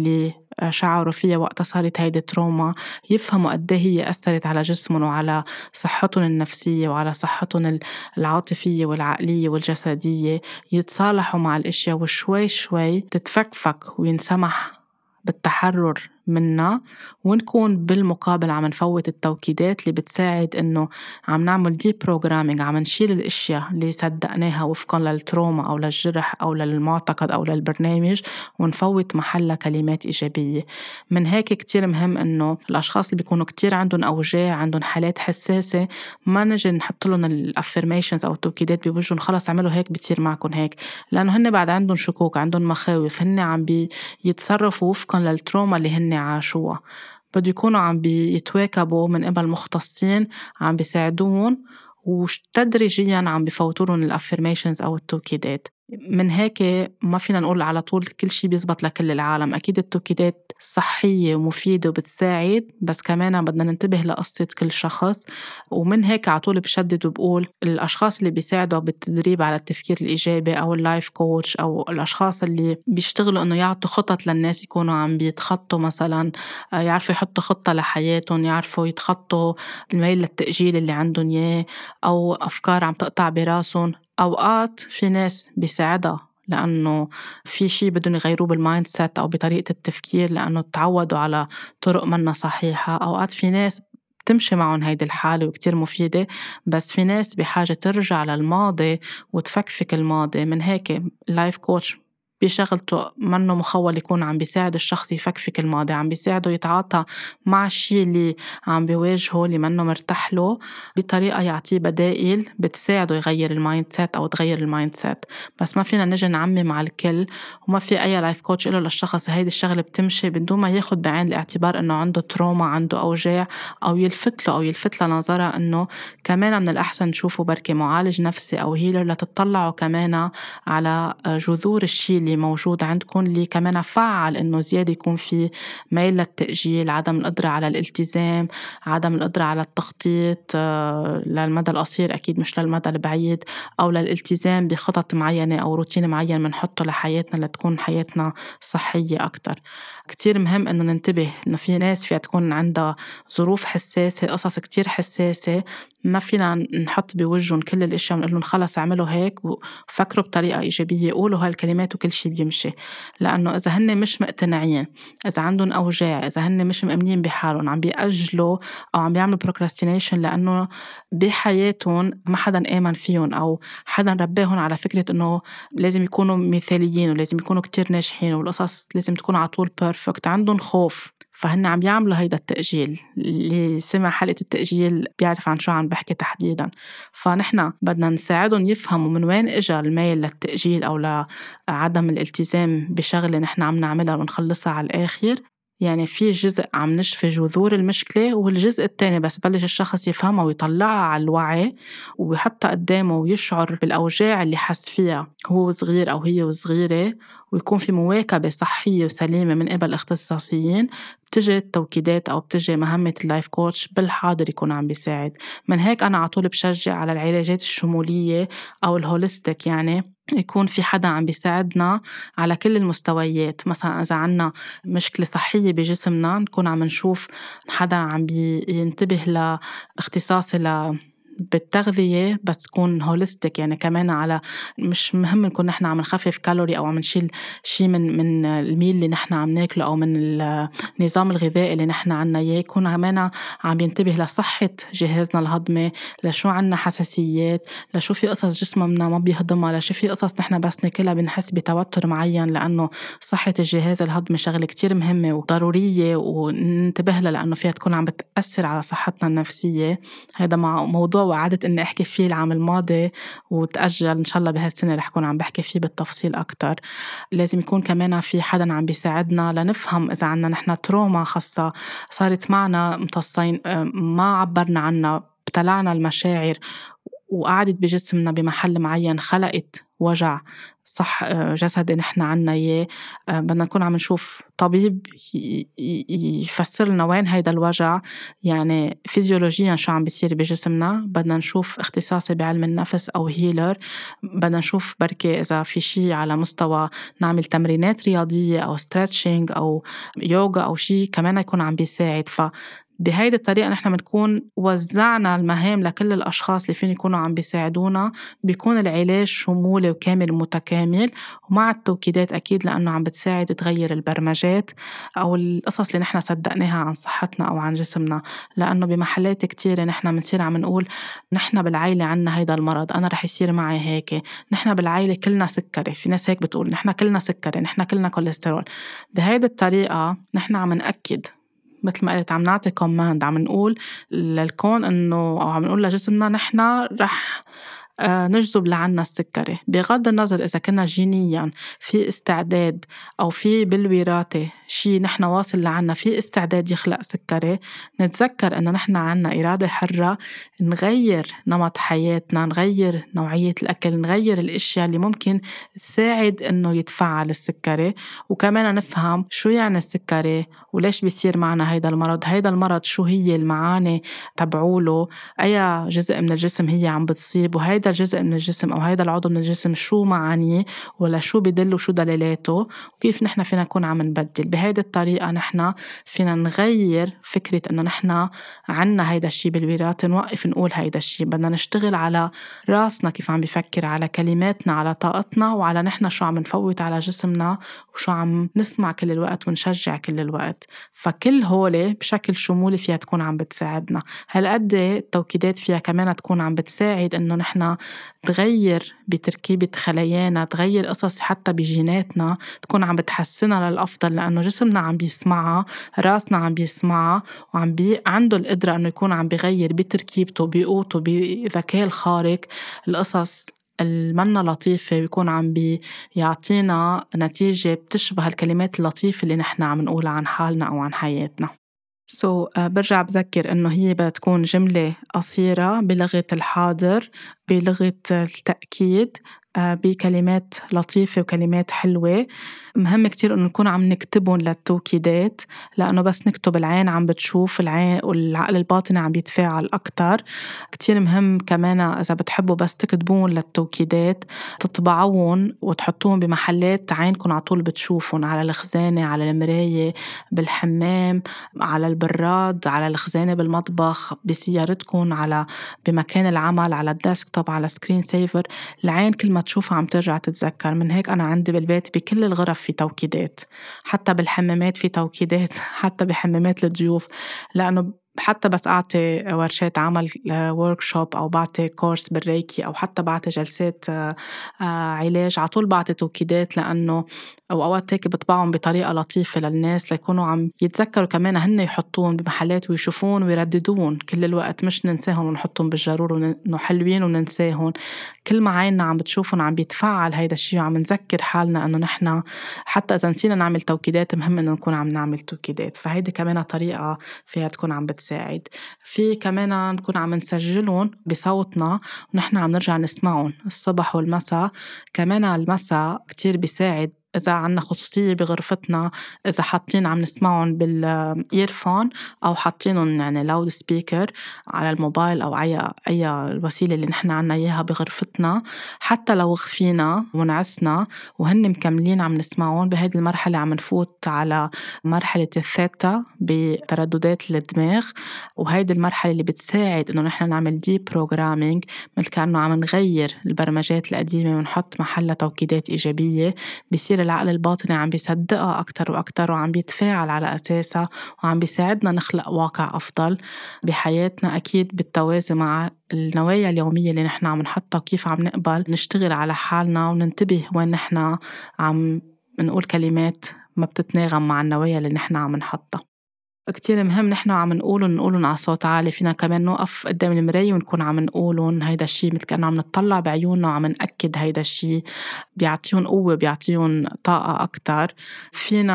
شعروا فيها وقتها صارت هيدي تروما، يفهموا قد إيه هي أثرت على جسمهم وعلى صحتهم النفسية وعلى صحتهم العاطفية والعقلية والجسدية، يتصالحوا مع الأشياء وشوي شوي تتفكفك وينسمح بالتحرر منا، ونكون بالمقابل عم نفوت التوكيدات اللي بتساعد إنه عم نعمل دي بروجرامينج، عم نشيل الأشياء اللي صدقناها وفقاً للتروما أو للجرح أو للمعتقد أو للبرنامج، ونفوت محلها كلمات إيجابية. من هيك كتير مهم إنه الأشخاص اللي بيكونوا كتير عندهم أوجاع، عندهم حالات حساسة، ما نجي نحط لهم الأفرميشنز أو التوكيدات بوجههم خلص عملوا هيك بتصير معكم هيك، لأنه هن بعد عندهم شكوك، عندهم مخاوف، هن عم يتصرفوا وفقاً للتروما اللي هن عاشوها. بده يكونوا عم بيتواكبوا من قبل مختصين عم بيساعدوهم، وتدريجياً عم بيفوتولن الأفرميشنز أو التوكيدات. من هيك ما فينا نقول على طول كل شي بيزبط لكل العالم، أكيد التوكيدات صحية ومفيدة وبتساعد، بس كمان بدنا ننتبه لقصة كل شخص. ومن هيك على طول بشدد وبقول الأشخاص اللي بيساعدوا بالتدريب على التفكير الإيجابي أو اللايف كوتش أو الأشخاص اللي بيشتغلوا إنه يعطوا خطط للناس يكونوا عم بيتخطوا مثلاً، يعرفوا يحطوا خطة لحياتهم، يعرفوا يتخطوا الميل للتأجيل اللي عندهم إياه أو أفكار عم تقطع براسهم. أوقات في ناس بيساعدها لأنه في شي بدهم يغيروه بالمايند سيت أو بطريقة التفكير لأنه تعودوا على طرق منا صحيحة. أوقات في ناس تمشي معهم هيدي الحالة وكتير مفيدة، بس في ناس بحاجة ترجع للماضي وتفكفك الماضي. من هيك اللايف كوتش بشغلته منه مخول يكون عم بيساعد الشخص يفكفك الماضي، عم بيساعده يتعاطى مع الشي اللي عم بيواجهه اللي منه مرتاح له بطريقة يعطيه بدائل بتساعده يغير المايند سيت أو تغير المايند سيت. بس ما فينا نجي نعمم مع الكل، وما في أي لايف كوتش إله للشخص هيدي الشغلة بتمشي بدون ما ياخد بعين الاعتبار إنه عنده تروما، عنده أوجاع، أو يلفت له أو يلفت لنظرة إنه كمان من الأحسن نشوفه بركي معالج نفسي أو هيلر لتطلعوا كمان على جذور الشي اللي موجود عندكم اللي كمان فعل إنه زيادة يكون في ميل للتأجيل، عدم القدرة على الالتزام، عدم القدرة على التخطيط للمدى القصير أكيد مش للمدى البعيد، أو للالتزام بخطط معينة أو روتين معين منحطه لحياتنا لتكون حياتنا صحية أكتر. كتير مهم إنه ننتبه إنه في ناس فيها تكون عندها ظروف حساسة، قصص كتير حساسة، ما فينا نحط بوجهن كل الاشياء ونقول لهم خلص اعملوا هيك وفكروا بطريقة إيجابية، قولوا هالكلمات وكل شيء بيمشي. لأنه إذا هن مش مقتنعين، إذا عندهم أوجاع، إذا هن مش مأمنين بحالهم، عم بيأجلوا أو عم بيعملوا procrastination لأنه بحياتهم ما حدا آمن فيهم أو حدا رباهم على فكرة إنه لازم يكونوا مثاليين ولازم يكونوا كتير ناجحين والقصص لازم تكون على طول perfect، عندهم خوف، فهن عم يعملوا هيدا التأجيل. اللي سمع حلقة التأجيل بيعرف عن شو عم بحكي تحديدا. فنحن بدنا نساعدهم يفهموا من وين إجا الميل للتأجيل أو لعدم الالتزام بشغلة نحن عم نعملها ونخلصها على الآخر. يعني في جزء عم نشفي جذور المشكلة، والجزء التاني بس بلش الشخص يفهمها ويطلعها على الوعي ويحطها قدامه ويشعر بالأوجاع اللي حس فيها هو صغير أو هي صغيرة، ويكون في مواكبة صحية وسليمة من قبل اختصاصيين، بتجي التوكيدات أو بتجي مهمة اللايف كوتش بالحاضر يكون عم بيساعد. من هيك أنا عطول بشجع على العلاجات الشمولية أو الهوليستيك، يعني يكون في حدا عم بيساعدنا على كل المستويات. مثلا إذا عنا مشكلة صحية بجسمنا نكون عم نشوف حدا عم بينتبه لاختصاصي بالتغذية بس تكون هوليستيك، يعني كمان على مش مهم نكون نحن عم نخفف كالوري أو عم نشيل شي من الميل اللي نحن عم ناكله أو من النظام الغذائي اللي نحن عنا إياه، يكون كمان عم ينتبه لصحة جهازنا الهضمي، لشو عنا حساسيات، لشو في قصص جسمنا ما بيهضمها، لشو في قصص نحن بس ناكلها بنحس بتوتر معين، لأنه صحة الجهاز الهضمي شغلة كتير مهمة وضرورية وننتبه لها لأنه فيها تكون عم بتأثر على صحتنا النفسية. هذا موضوع وعدت إني أحكي فيه العام الماضي وتأجل، إن شاء الله بهالسنة رح كون عم بحكي فيه بالتفصيل أكتر. لازم يكون كمان في حدا عم بيساعدنا لنفهم إذا عنا نحن تروما خاصة صارت معنا امتصين ما عبرنا عنها، ابتلعنا المشاعر وقعدت بجسمنا بمحل معين خلقت وجع صح جسدي نحن عنا إياه. بدنا نكون عم نشوف طبيب يفسر لنا وين هيدا الوجع، يعني فيزيولوجيا شو عم بيصير بجسمنا. بدنا نشوف اختصاصي بعلم النفس أو هيلر. بدنا نشوف بركي إذا في شي على مستوى نعمل تمرينات رياضية أو ستريتشنج أو يوغا أو شي كمان يكون عم بيساعد. بهيدي الطريقة نحن بنكون وزعنا المهام لكل الأشخاص اللي فين يكونوا عم بيساعدونا، بيكون العلاج شمولي وكامل ومتكامل، ومع التوكيدات أكيد لأنه عم بتساعد تغير البرمجات أو القصص اللي نحن صدقناها عن صحتنا أو عن جسمنا. لأنه بمحلات كتيرة نحن بنصير عم نقول نحن بالعائلة عنا هيدا المرض، أنا رح يصير معي هيك، نحن بالعائلة كلنا سكري. في ناس هيك بتقول نحن كلنا سكري، نحن كلنا كوليسترول. بهيدي الطريقة نحن عم نأكد، مثل ما قلت عم نعطي كوماند، عم نقول للكون إنه أو عم نقول لجسمنا نحن رح نجذب لعنا السكري. بغض النظر إذا كنا جينيا في استعداد أو في بالوراثة شي نحن واصل لعنا في استعداد يخلق سكري، نتذكر إنه نحن عنا إرادة حرة نغير نمط حياتنا، نغير نوعية الأكل، نغير الأشياء اللي ممكن تساعد إنه يتفعل السكري. وكمان نفهم شو يعني السكري وليش بيصير معنا هيدا المرض. هيدا المرض شو هي المعاني تبعوله، أي جزء من الجسم هي عم بتصيب، وهيدا الجزء من الجسم أو هيدا العضو من الجسم شو معانيه ولا شو بدل وشو دليلاته، وكيف نحن فينا نكون عم نبدل. بهيدي الطريقة نحن فينا نغير فكرة إنه نحن عنا هيدا الشي بالوراثة، نوقف نقول هيدا الشي. بدنا نشتغل على راسنا كيف عم بيفكر، على كلماتنا، على طاقتنا، وعلى نحن شو عم نفوت على جسمنا وشو عم نسمع كل الوقت ونشجع كل الوقت. فكل هولي بشكل شمولي فيها تكون عم بتساعدنا. هالقد التوكيدات فيها كمان تكون عم بتساعد إنه نحن تغير بتركيبة خلايانا، تغير قصص حتى بجيناتنا، تكون عم بتحسنها للأفضل، لأنه جسمنا عم بيسمعها، راسنا عم بيسمعها، وعم عنده القدرة إنه يكون عم بيغير بتركيبته بقوته بذكاء الخارق القصص المنا لطيفة، ويكون عم بيعطينا نتيجة بتشبه الكلمات اللطيفة اللي نحن عم نقولها عن حالنا أو عن حياتنا. برجع بذكر إنه هي بدها تكون جملة قصيرة بلغة الحاضر، بلغة التأكيد، بكلمات لطيفة وكلمات حلوة. مهم كتير إنه نكون عم نكتبهم للتوكيدات، لأنه بس نكتب العين عم بتشوف، العين والعقل الباطني عم بيتفاعل أكتر. كتير مهم كمان إذا بتحبوا بس تكتبون للتوكيدات تطبعون وتحطوهم بمحلات عينكم على طول بتشوفون، على الخزانة، على المراية، بالحمام، على البراد، على الخزانة بالمطبخ، بسيارتكم، على بمكان العمل، على الديسكتوب، على سكرين سيفر. العين كل ما تشوفها عم ترجع تتذكر. من هيك أنا عندي بالبيت بكل الغرف في توكيدات، حتى بالحمامات في توكيدات حتى بحمامات الضيوف. لأنه حتى بس أعطي ورشات عمل workshop أو بعطي كورس بالريكي أو حتى بعطي جلسات علاج، عطول بعطي توكيدات، لأنه أو أوقات هيك بطبعهم بطريقة لطيفة للناس ليكونوا عم يتذكروا كمان هن يحطون بمحلات ويشوفون ويرددون كل الوقت، مش ننساهم ونحطهم بالجرور ونحلوين حلوين وننساهم. كل ما عيننا عم بتشوفهم عم بيتفعل هيدا الشيء، وعم نذكر حالنا أنه نحن حتى إذا نسينا نعمل توكيدات مهم أنه نكون عم نعمل توكيدات. فهيدي كمان طريقة فيها تكون عم بتساعد. في كمان نكون عم نسجلهم بصوتنا ونحن عم نرجع نسمعهم الصبح والمساء. كمان المساء كتير بيساعد إذا عنا خصوصية بغرفتنا، إذا حاطين عم نسمعهم بالإيرفون أو حاطينهم يعني لاود سبيكر على الموبايل أو أي الوسيلة اللي نحن عنا إياها بغرفتنا. حتى لو غفينا ونعسنا وهن مكملين عم نسمعون، بهذه المرحلة عم نفوت على مرحلة الثيتا بترددات الدماغ، وهيدي المرحلة اللي بتساعد إنه نحن نعمل دي بروجرامينج، مثل كأنه عم نغير البرمجات القديمة ونحط محلها توكيدات إيجابية. بيصير العقل الباطني عم بيصدقها أكتر وأكتر وعم بيتفاعل على أساسها، وعم بيساعدنا نخلق واقع أفضل بحياتنا، أكيد بالتوازي مع النوايا اليومية اللي نحن عم نحطها، وكيف عم نقبل نشتغل على حالنا وننتبه وين نحن عم نقول كلمات ما بتتناغم مع النوايا اللي نحن عم نحطها. كتير مهم نحن عم نقولن على صوت عالي. فينا كمان نوقف قدام المراية ونكون عم نقولن هيدا الشي مثل كأنه عم نطلع بعيوننا وعم نأكد هيدا الشي، بيعطيون قوة، بيعطيون طاقة أكتر. فينا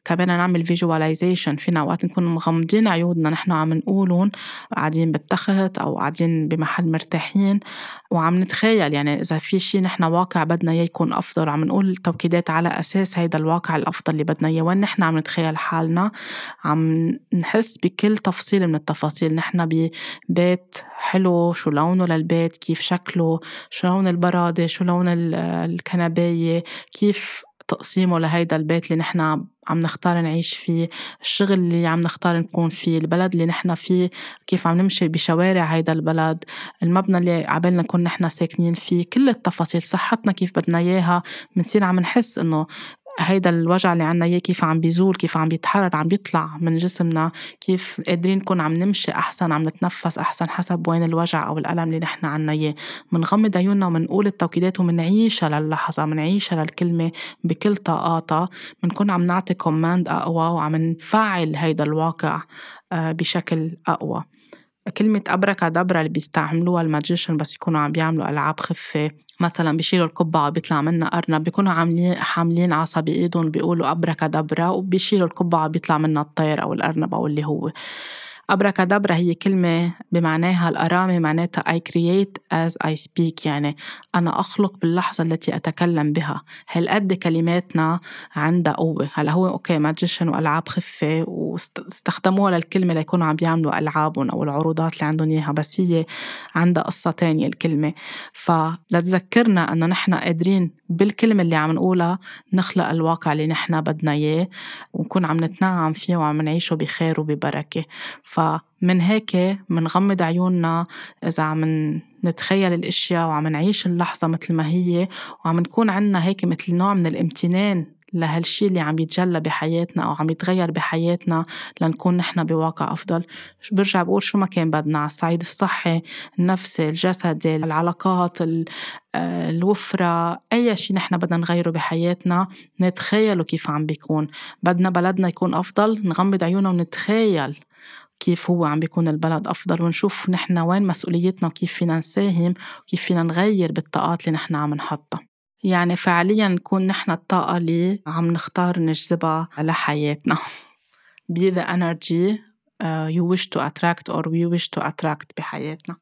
كمان نعمل visualization. فينا أوقات نكون مغمضين عيوننا نحن عم نقولون قاعدين بالتخت أو قاعدين بمحل مرتاحين وعم نتخيل يعني إذا في شي نحن واقع بدنا إياه يكون أفضل، عم نقول توكيدات على أساس هيدا الواقع الأفضل اللي بدنا إياه. وين نحن عم نتخيل حالنا عم نحس بكل تفصيل من التفاصيل. نحن ببيت حلو، شو لونه للبيت، كيف شكله، شو لون البرادة، شو لون الكنباية، كيف تقسيمه لهيدا البيت اللي نحن عم نختار نعيش فيه، الشغل اللي عم نختار نكون فيه، البلد اللي نحن فيه، كيف عم نمشي بشوارع هيدا البلد، المبنى اللي عبالنا نكون نحن ساكنين فيه، كل التفاصيل، صحتنا كيف بدنا إياها. منصير عم نحس إنه هيدا الوجع اللي عنا إياه كيف عم بيزول، كيف عم بيتحرر، عم بيطلع من جسمنا، كيف قادرين نكون عم نمشي أحسن، عم نتنفس أحسن حسب وين الوجع أو الألم اللي نحن عنا إياه. منغمض عيوننا ومنقول التوكيدات ومنعيشها للحظة، منعيشها للكلمة بكل طاقاتها، منكون عم نعطي كوماند أقوى وعم نفعل هيدا الواقع بشكل أقوى. كلمة أبركادبرا اللي بيستعملوها الماجيشن بس يكونوا عم بيعملوا ألعاب خفة، مثلا بيشيلوا القبعة وبيطلع منها أرنب، بيكونوا حاملين عصا بإيدهم بيقولوا أبركادبرا، وبيشيلوا القبعة بيطلع منها الطير أو الأرنب أو اللي هو. أبركادبرا هي كلمة بمعناها الأرامي، معناتها I create as I speak، يعني أنا أخلق باللحظة التي أتكلم بها. هالقد كلماتنا عندها قوة. هلا هو أوكي ماجيشن وألعاب خفة واستخدموها للكلمة ليكونوا عم بيعملوا ألعابهم أو العروضات اللي عندهم إياها، بس هي عندها قصة تانية الكلمة. فلتذكرنا أنه نحن قادرين بالكلمة اللي عم نقولها نخلق الواقع اللي نحن بدنا إياه ونكون عم نتنعم فيه وعم نعيشه بخير وببركة. فمن هيك منغمض عيوننا إذا عم نتخيل الأشياء وعم نعيش اللحظة مثل ما هي، وعم نكون عنا هيك مثل نوع من الامتنان لهالشي اللي عم يتجلى بحياتنا أو عم يتغير بحياتنا لنكون نحن بواقع أفضل. برجع بقول شو ما كان بدنا على الصعيد الصحي، النفسي، الجسدي، العلاقات، الوفرة، أي شيء نحن بدنا نغيره بحياتنا نتخيله كيف عم بيكون. بدنا بلدنا يكون أفضل، نغمض عيوننا ونتخيل كيف هو عم بيكون البلد أفضل، ونشوف نحن وين مسؤوليتنا وكيف فينا نساهم وكيف فينا نغير بالطاقات اللي نحن عم نحطها. يعني فعليا نكون نحن الطاقة اللي عم نختار نجذبها لحياتنا. be the energy you wish to attract or we wish to attract بحياتنا.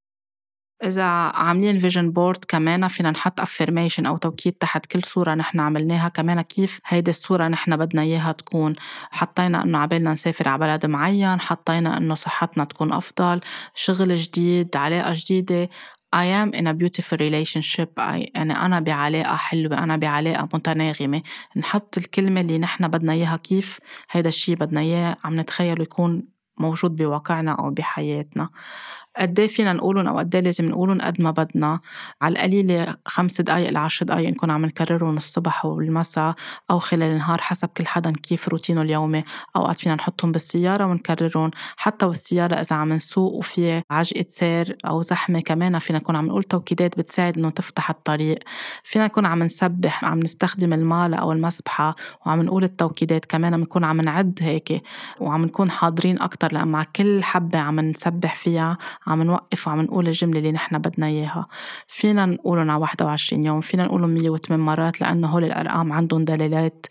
إذا عاملين فيجن بورد كمان فينا نحط affirmation أو توكيد تحت كل صورة نحن عملناها، كمان كيف هيدي الصورة نحن بدنا إياها تكون. حطينا إنه عبالنا نسافر على بلد معين، حطينا إنه صحتنا تكون أفضل، شغل جديد، علاقة جديدة. I am in a beautiful relationship، يعني أنا بعلاقة حلوة، أنا بعلاقة متناغمة. نحط الكلمة اللي نحن بدنا إياها، كيف هيدا الشي بدنا إياه عم نتخيل يكون موجود بواقعنا أو بحياتنا. قديه فينا نقولن أو قديه لازم نقولن قد ما بدنا، على القليلة 5 دقايق ل10 دقايق نكون عم نكررهم الصبح والمساء أو خلال النهار حسب كل حدا كيف روتينه اليومي. أوقات فينا نحطهم بالسيارة ونكررهم حتى والسيارة إذا عم نسوق وفي عجقة سير أو زحمة، كمان فينا نكون عم نقول توكيدات بتساعد إنه تفتح الطريق. فينا نكون عم نسبح، عم نستخدم المالة أو المسبحة وعم نقول التوكيدات، كمان بنكون عم نعد هيك وعم نكون حاضرين أكتر، لأن مع كل حبة عم نسبح فيها عم نوقف وعم نقول الجملة اللي نحن بدنا إياها. فينا نقولهم على 21 يوم، فينا نقولهم 108 مرات، لأنه هول الأرقام عندهم دلالات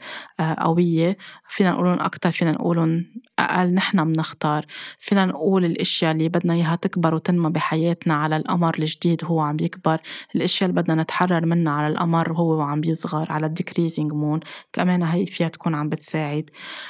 قوية. فينا نقولهم أكتر، فينا نقولهم أقل، نحن منختار. فينا نقول الأشياء اللي بدنا إياها تكبر وتنمى بحياتنا على القمر الجديد هو عم بيكبر، الأشياء اللي بدنا نتحرر منها على القمر هو عم بيصغر، على الديكريزينج مون كمان هي فيها تكون عم بتساعد.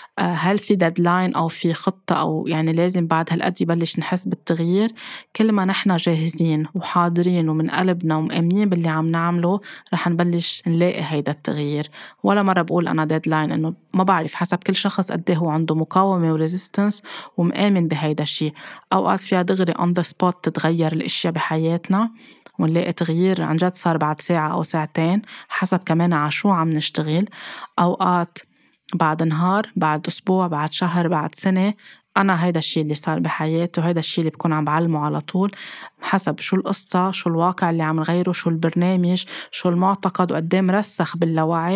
هل في ديدلاين أو في خطة أو يعني لازم بعد هالقد يبلش نحس بالتغيير؟ كل ما نحن جاهزين وحاضرين ومن قلبنا ومأمنين باللي عم نعمله رح نبلش نلاقي هيدا التغيير. ولا مرة بقول أنا ديدلاين، إنه ما بعرف، حسب كل شخص قديه هو عنده مقاومة وريزيستنس ومآمن بهيدا الشي. أوقات فيها دغري on the spot تتغير الأشياء بحياتنا ونلاقي تغيير عن جد صار بعد ساعة أو ساعتين، حسب كمان عشو عم نشتغل. أوقات بعد نهار، بعد أسبوع، بعد شهر، بعد سنة. أنا هيدا الشي اللي صار بحياتي وهيدا الشي اللي بكون عم بعلمه على طول، حسب شو القصة، شو الواقع اللي عم نغيره، شو البرنامج، شو المعتقد وقدام رسخ باللاوعي.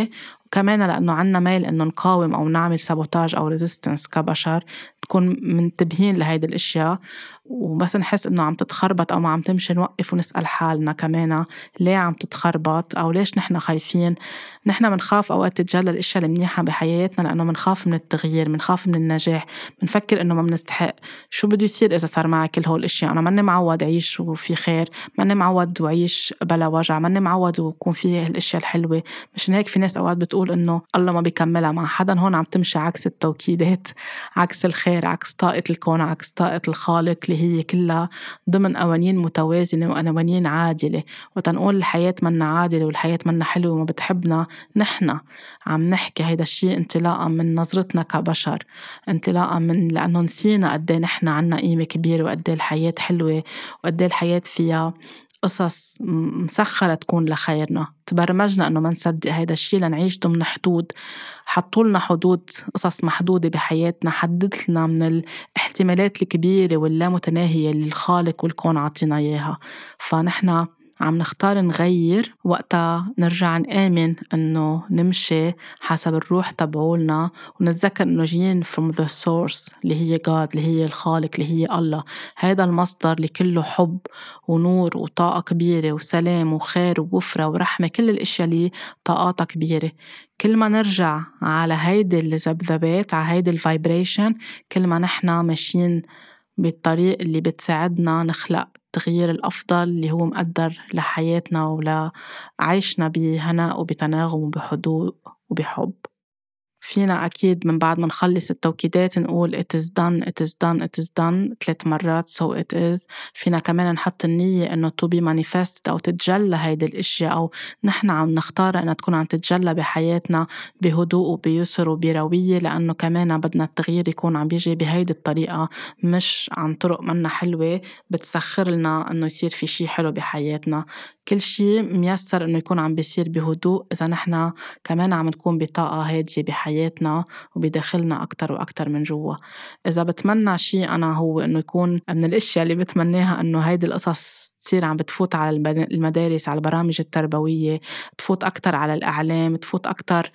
كمان لأنه عنا ميل إنه نقاوم أو نعمل سابوتاج أو ريزيستنس كبشر، نكون منتبهين لهيدي الأشياء، وبس نحس إنه عم تتخربط أو ما عم تمشي نوقف ونسأل حالنا كمان ليه عم تتخربط أو ليش نحن خايفين. نحن منخاف أوقات تتجلى الأشياء المنيحة بحياتنا لأنه منخاف من التغيير، منخاف من النجاح، منفكر إنه ما منستحق. شو بده يصير إذا صار معي كل هول الأشياء؟ أنا ماني معود أعيش وفي خير، ماني معود وعيش بلا وجع، ماني معود ويكون فيه الأشياء الحلوة. مشان هيك في ناس أوقات بتقول إنه الله ما بيكملها مع حدا. هون عم تمشي عكس التوكيدات، عكس الخير، عكس طاقة الكون، عكس طاقة الخالق اللي هي كلها ضمن قوانين متوازنة وقوانين عادلة. وتنقول الحياة منا عادلة والحياة منا حلوة وما بتحبنا، نحن عم نحكي هيدا الشيء انطلاقا من نظرتنا كبشر، انطلاقا من لأنه نسينا قد ايه نحن عنا قيمة كبيرة وقد ايه الحياة حلوة وقد ايه الحياة فيها قصص مسخرة تكون لخيرنا. تبرمجنا أنه ما نصدق هيدا الشيء لنعيش ضمن حدود. حطولنا حدود، قصص محدودة بحياتنا، حددت لنا من الاحتمالات الكبيرة واللامتناهية اللي الخالق والكون عطينا إياها. فنحن عم نختار نغير وقتها نرجع نآمن أنه نمشي حسب الروح تبعولنا، ونتذكر أنه جايين from the source اللي هي God، اللي هي الخالق، اللي هي الله. هذا المصدر اللي كله حب ونور وطاقة كبيرة وسلام وخير ووفرة ورحمة، كل الاشياء اللي طاقاتها كبيرة. كل ما نرجع على هيدي الذبذبات، على هيدي الفايبريشن، كل ما نحنا ماشيين بالطريق اللي بتساعدنا نخلق التغيير الأفضل اللي هو مقدر لحياتنا ولعيشنا بهناء وبتناغم وبهدوء وبحب. فينا أكيد من بعد ما نخلص التوكيدات نقول it is done it is done it is done 3 مرات so it is. فينا كمان نحط النية إنه to be manifested أو تتجلى هيدي الأشياء، أو نحن عم نختار إنها تكون عم تتجلى بحياتنا بهدوء وبيسر وبروية، لأنه كمان بدنا التغيير يكون عم بيجي بهيدي الطريقة، مش عن طرق منا حلوة بتسخر لنا إنه يصير في شي حلو بحياتنا. كل شي ميسر إنه يكون عم بيصير بهدوء إذا نحن كمان عم نكون بطاقة هادية بحياتنا وبداخلنا أكتر وأكتر من جوا. إذا بتمنى شي أنا هو إنه يكون من الأشياء اللي بتمناها إنه هيدي القصص تصير عم بتفوت على المدارس، على البرامج التربوية، تفوت أكتر على الإعلام، تفوت أكتر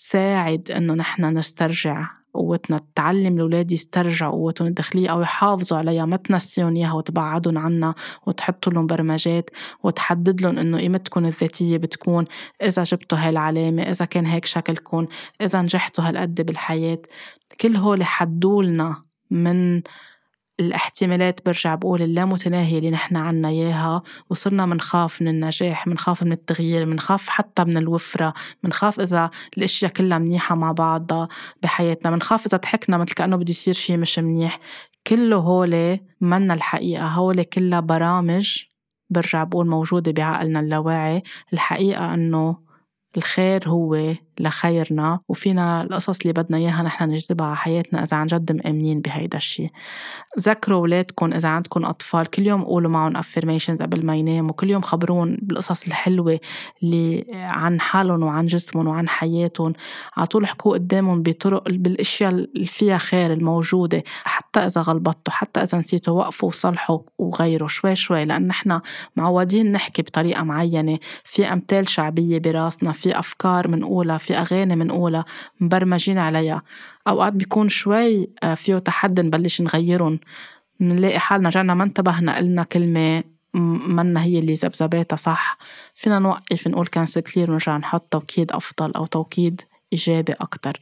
تساعد إنه نحن نسترجع قوتنا، تعلم الأولاد يسترجعوا قوتهم الداخلية أو يحافظوا عليها، ما تنسيهم إياها وتبعدهم عنها وتحط لهم برمجات وتحدد لهم إنه قيمتكم الذاتية بتكون إذا جبتوا هاي العلامة، إذا كان هيك شكلكم، إذا نجحتوا هالقد بالحياة. كل هول حدولنا من الاحتمالات، برجع بقول اللامتناهية اللي نحن عنا إياها، وصرنا منخاف من النجاح، منخاف من التغيير، منخاف حتى من الوفرة، منخاف إذا الأشياء كلها منيحة مع بعضها بحياتنا، منخاف إذا ضحكنا مثل كأنه بده يصير شيء مش منيح. كله هولي منا الحقيقة، هولي كلها برامج برجع بقول موجودة بعقلنا اللاواعي. الحقيقة أنه الخير هو لخيرنا، وفينا القصص اللي بدنا إياها نحن نجذبها على حياتنا إذا عن جد مأمنين بهيدا الشيء. ذكروا أولادكم إذا عندكم أطفال كل يوم قولوا معهم affirmations قبل ما يناموا، كل يوم خبرون بالقصص الحلوة اللي عن حالهم وعن جسمهم وعن حياتهم. عطول حكوا قدامهم بطرق بالأشياء اللي فيها خير الموجودة، حتى إذا غلبطوا، حتى إذا نسيتوا، وقفوا وصلحوا وغيروا شوي شوي، لأن نحن معودين نحكي بطريقة معينة، في أمثال شعبية براسنا، في أفكار منقولة، في أغاني منقولة مبرمجين عليها. أوقات بيكون شوي فيه تحدي نبلش نغيرهم، منلاقي حالنا رجعنا ما انتبهنا قلنا كلمة منا هي اللي زبزباتها صح، فينا نوقف نقول كانسل كلير ونرجع نحط توكيد أفضل أو توكيد إيجابي أكتر.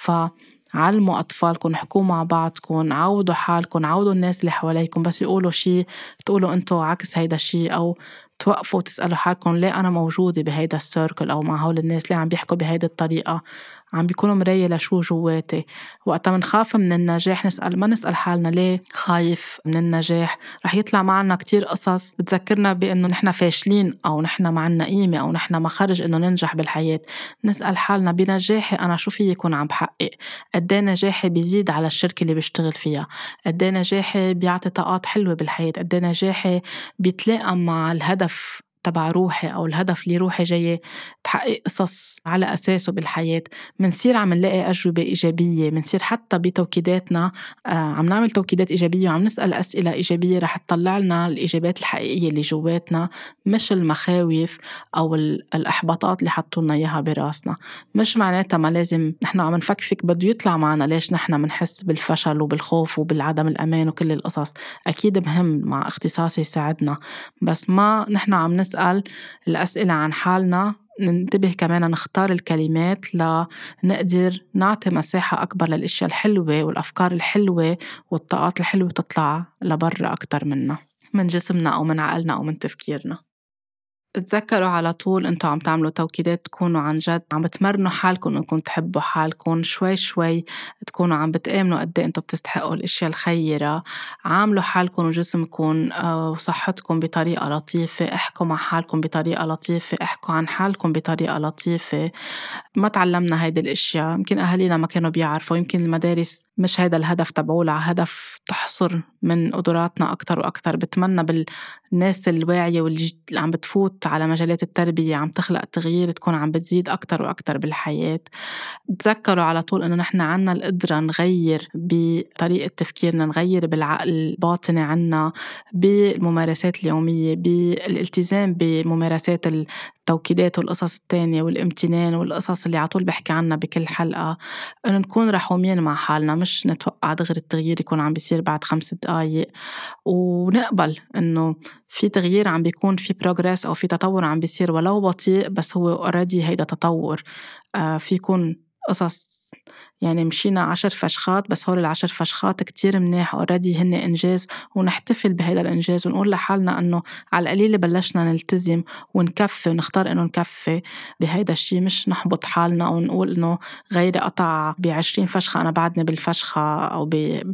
فعلموا أطفالكم، حكوا مع بعضكم، عودوا حالكم، عودوا الناس اللي حواليكم بس يقولوا شي تقولوا أنتوا عكس هيدا الشي، أو توقفوا وتسألوا حالكم ليه أنا موجودة بهيدا السيركل أو مع هول الناس، ليه عم بيحكوا بهيدا الطريقة، عم بيكونوا مراية لشو جواتي. وقتا منخاف من النجاح نسأل، ما نسأل حالنا ليه خايف من النجاح، رح يطلع معنا كتير قصص بتذكرنا بأنه نحنا فاشلين أو نحنا معنا قيمة أو نحنا ما خرج أنه ننجح بالحياة. نسأل حالنا بنجاحي أنا شو في يكون عم بحقق، قديه نجاحي بيزيد على الشركة اللي بشتغل فيها، قديه نجاحي بيعطي طاقات حلوة بالحياة، قديه نجاحي بيتلائم مع الهدف تبع روحي أو الهدف اللي روحي جاية تحقق قصص على أساسه بالحياة، منصير عم نلاقي أجوبة إيجابية، منصير حتى بتوكيداتنا عم نعمل توكيدات إيجابية وعم نسأل أسئلة إيجابية رح تطلع لنا الإجابات الحقيقية اللي جواتنا، مش المخاوف أو الإحباطات اللي حطوا لنا إياها براسنا. مش معناتها ما لازم نحن عم نفكفك بده يطلع معنا ليش نحن منحس بالفشل وبالخوف وبالعدم الأمان وكل القصص، أكيد مهم مع اختصاصي يساعدنا، بس ما نحن عم نسأل الأسئلة عن حالنا. ننتبه كمان نختار الكلمات لنقدر نعطي مساحة أكبر للأشياء الحلوة والأفكار الحلوة والطاقات الحلوة تطلع لبرا أكتر منا، من جسمنا أو من عقلنا أو من تفكيرنا. تذكروا على طول انتوا عم تعملوا توكيدات تكونوا عن جد عم بتمرنوا حالكم انكم تحبوا حالكم، شوي شوي تكونوا عم بتآمنوا قد ايه انتوا بتستحقوا الاشياء الخيرة. عاملوا حالكم وجسمكم وصحتكم بطريقة لطيفة، احكوا مع حالكم بطريقة لطيفة، احكوا عن حالكم بطريقة لطيفة. ما تعلمنا هيدي الاشياء، يمكن اهالينا ما كانوا بيعرفوا، يمكن المدارس مش هيدا الهدف تبعولها، هدف تحصر من قدراتنا أكتر وأكتر. بتمنى بالناس الواعية واللي عم بتفوت على مجالات التربية عم تخلق تغيير تكون عم بتزيد أكتر وأكتر بالحياة. تذكروا على طول إنه نحن عنا القدرة نغير بطريقة تفكيرنا، نغير بالعقل الباطني عنا، بالممارسات اليومية، بالالتزام بممارسات التوكيدات والقصص التانية والامتنان والقصص اللي عطول بحكي عنها بكل حلقة. إنه نكون رحومين مع حالنا، مش نتوقع دغري التغيير يكون عم بيصير بعد 5 دقايق، ونقبل إنه في تغيير عم بيكون، في بروجرس أو في تطور عم بيصير ولو بطيء، بس هو already هيدا تطور. في يكون قصص يعني مشينا 10 فشخات، بس هول 10 فشخات كتير منيح already هن إنجاز، ونحتفل بهذا الإنجاز ونقول لحالنا أنه على القليل بلشنا نلتزم ونكفي ونختار أنه نكفي بهيدا الشي، مش نحبط حالنا أو نقول أنه غيري قطع ب20 فشخة أنا بعدني بالفشخة أو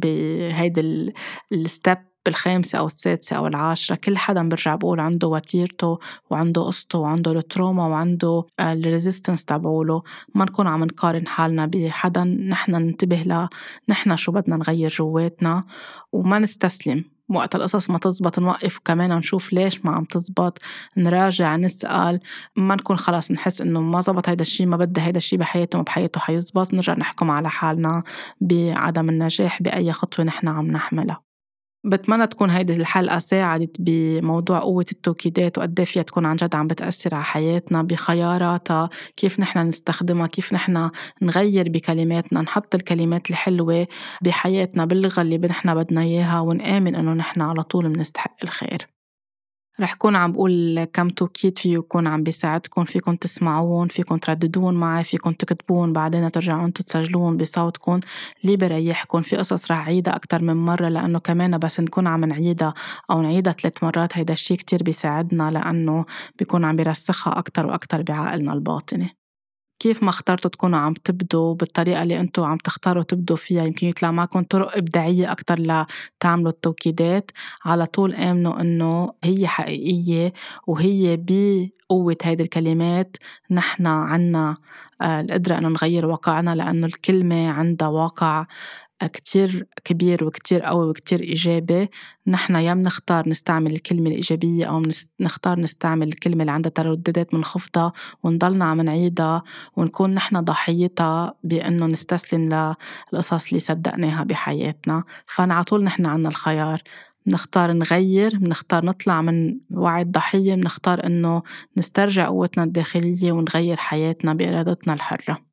بهيدا الستيب بالخامسة أو السادسة أو العاشرة. كل حدا برجع بقول عنده وتيرته وعنده قصته وعنده التروما وعنده الريزيستنس تبعوله. ما نكون عم نقارن حالنا بحدا، نحن ننتبه نحن شو بدنا نغير جواتنا وما نستسلم. وقت القصص ما تزبط نوقف وكمان نشوف ليش ما عم تزبط، نراجع، نسأل. ما نكون خلاص نحس إنه ما زبط هيدا الشي، ما بدي هيدا الشي بحياته، ما بحياته حيزبط، نرجع نحكم على حالنا بعدم النجاح بأي خطوة نحن عم نحملها. بتمنى تكون هيدي الحلقة ساعدت بموضوع قوة التوكيدات وقد فيها تكون عن جد عم بتأثر على حياتنا بخياراتها، كيف نحن نستخدمها، كيف نحن نغير بكلماتنا، نحط الكلمات الحلوة بحياتنا باللغة اللي نحن بدنا إياها، ونآمن إنه نحن على طول منستحق الخير. رح كون عم بقول كم توكيد فيه يكون عم بيساعدكم، فيكم تسمعون، فيكم ترددون معي، فيكم تكتبون بعدين ترجعوا انتوا تسجلون بصوتكم اللي بريحكم. في قصص رح عيدها أكتر من مرة، لأنه كمان بس نكون عم نعيدها أو نعيدها 3 مرات هيدا الشي كتير بيساعدنا، لأنه بيكون عم بيرسخها أكتر وأكتر بعقلنا الباطني. كيف ما اخترتوا تكونوا عم تبدوا بالطريقة اللي انتوا عم تختاروا تبدوا فيها، يمكن يطلع معكم طرق إبداعية أكتر لتعملوا التوكيدات. على طول آمنوا إنه هي حقيقية، وهي بقوة هيدي الكلمات نحن عنا القدرة إنه نغير واقعنا، لأنه الكلمة عندها واقع كتير كبير وكتير قوي وكتير إيجابي. نحن يا منختار نستعمل الكلمة الإيجابية أو نختار نستعمل الكلمة اللي عندها ترددات منخفضة ونضلنا عم نعيدها ونكون نحن ضحيتها بأنه نستسلم للقصص اللي صدقناها بحياتنا. فنعطول نحن عنا الخيار، منختار نغير، منختار نطلع من وعي الضحية، منختار أنه نسترجع قوتنا الداخلية ونغير حياتنا بإرادتنا الحرة.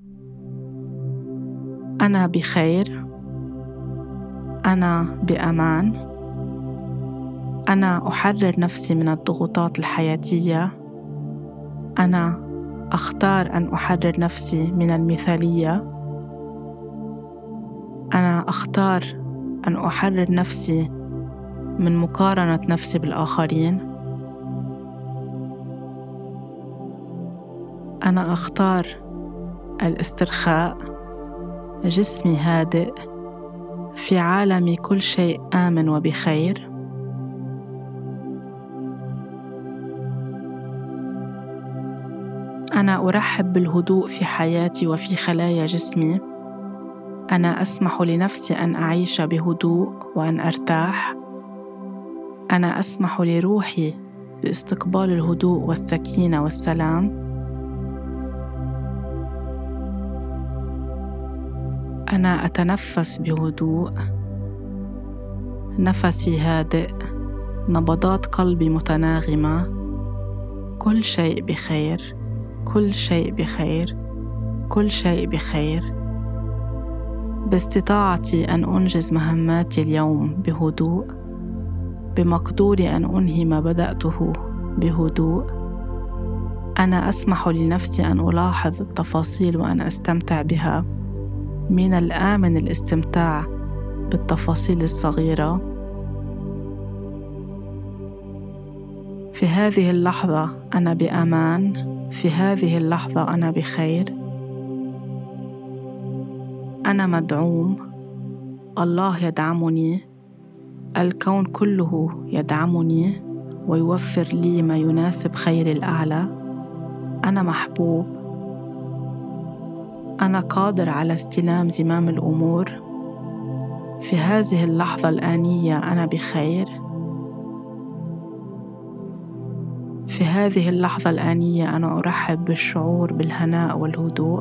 أنا بخير، أنا بأمان، أنا أحرر نفسي من الضغوطات الحياتية، أنا أختار أن أحرر نفسي من المثالية، أنا أختار أن أحرر نفسي من مقارنة نفسي بالآخرين، أنا أختار الاسترخاء، جسمي هادئ، في عالمي كل شيء آمن وبخير. أنا أرحب بالهدوء في حياتي وفي خلايا جسمي، أنا أسمح لنفسي أن أعيش بهدوء وأن أرتاح، أنا أسمح لروحي باستقبال الهدوء والسكينة والسلام. أنا أتنفس بهدوء، نفسي هادئ، نبضات قلبي متناغمة. كل شيء بخير، كل شيء بخير، كل شيء بخير. باستطاعتي أن أنجز مهماتي اليوم بهدوء، بمقدوري أن أنهي ما بدأته بهدوء. أنا أسمح لنفسي أن ألاحظ التفاصيل وأن أستمتع بها. من الآمن الاستمتاع بالتفاصيل الصغيرة. في هذه اللحظة أنا بأمان، في هذه اللحظة أنا بخير. أنا مدعوم، الله يدعمني، الكون كله يدعمني ويوفر لي ما يناسب خير الأعلى. أنا محبوب، أنا قادر على استلام زمام الأمور. في هذه اللحظة الآنية أنا بخير. في هذه اللحظة الآنية أنا أرحب بالشعور بالهناء والهدوء.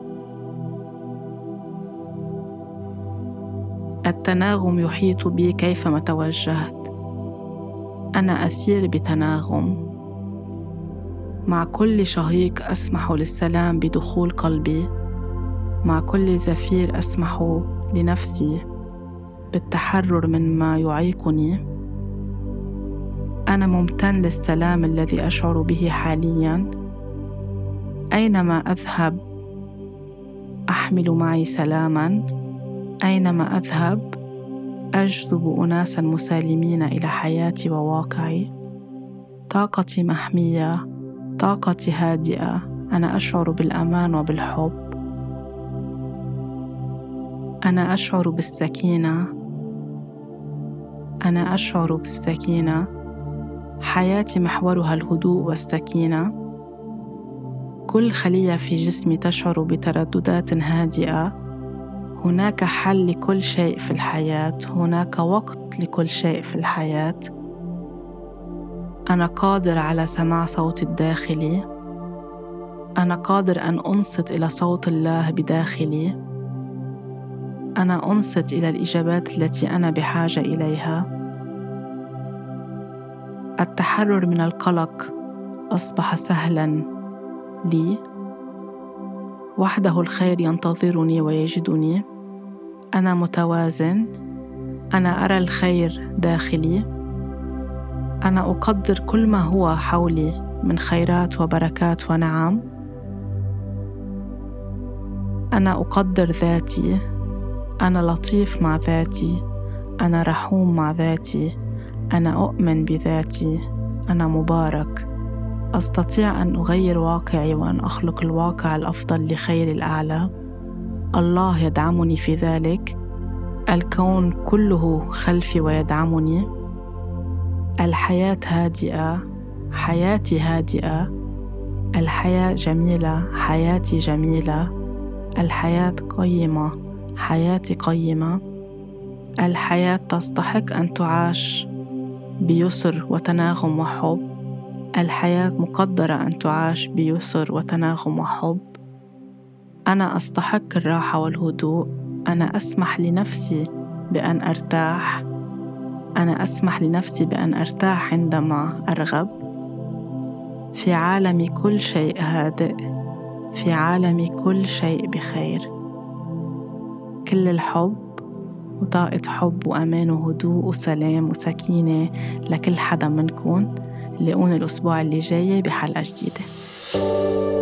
التناغم يحيط بي كيفما توجهت. أنا أسير بتناغم. مع كل شهيق أسمح للسلام بدخول قلبي. مع كل زفير أسمح لنفسي بالتحرر من ما يعيقني. أنا ممتن للسلام الذي أشعر به حالياً. أينما أذهب أحمل معي سلاماً. أينما أذهب أجذب أناساً مسالمين إلى حياتي وواقعي. طاقتي محمية، طاقتي هادئة. أنا أشعر بالأمان وبالحب. أنا أشعر بالسكينة. أنا أشعر بالسكينة. حياتي محورها الهدوء والسكينة. كل خلية في جسمي تشعر بترددات هادئة. هناك حل لكل شيء في الحياة، هناك وقت لكل شيء في الحياة. أنا قادر على سماع صوت الداخلي. أنا قادر أن أنصت إلى صوت الله بداخلي. أنا أنصت إلى الإجابات التي أنا بحاجة إليها. التحرر من القلق أصبح سهلاً لي. وحده الخير ينتظرني ويجدني. أنا متوازن. أنا أرى الخير داخلي. أنا أقدر كل ما هو حولي من خيرات وبركات ونعم. أنا أقدر ذاتي. أنا لطيف مع ذاتي. أنا رحوم مع ذاتي. أنا أؤمن بذاتي. أنا مبارك. أستطيع أن أغير واقعي وأن أخلق الواقع الأفضل لخير الأعلى. الله يدعمني في ذلك. الكون كله خلفي ويدعمني. الحياة هادئة. حياتي هادئة. الحياة جميلة. حياتي جميلة. الحياة قيمة. حياتي قيمة. الحياة تستحق أن تعاش بيسر وتناغم وحب. الحياة مقدرة أن تعاش بيسر وتناغم وحب. أنا أستحق الراحة والهدوء. أنا أسمح لنفسي بأن أرتاح. أنا أسمح لنفسي بأن أرتاح عندما أرغب. في عالمي كل شيء هادئ. في عالمي كل شيء بخير. كل الحب وطاقة حب وأمان وهدوء وسلام وسكينة لكل حدا منكن. لاقوني الأسبوع اللي جاي بحلقة جديدة.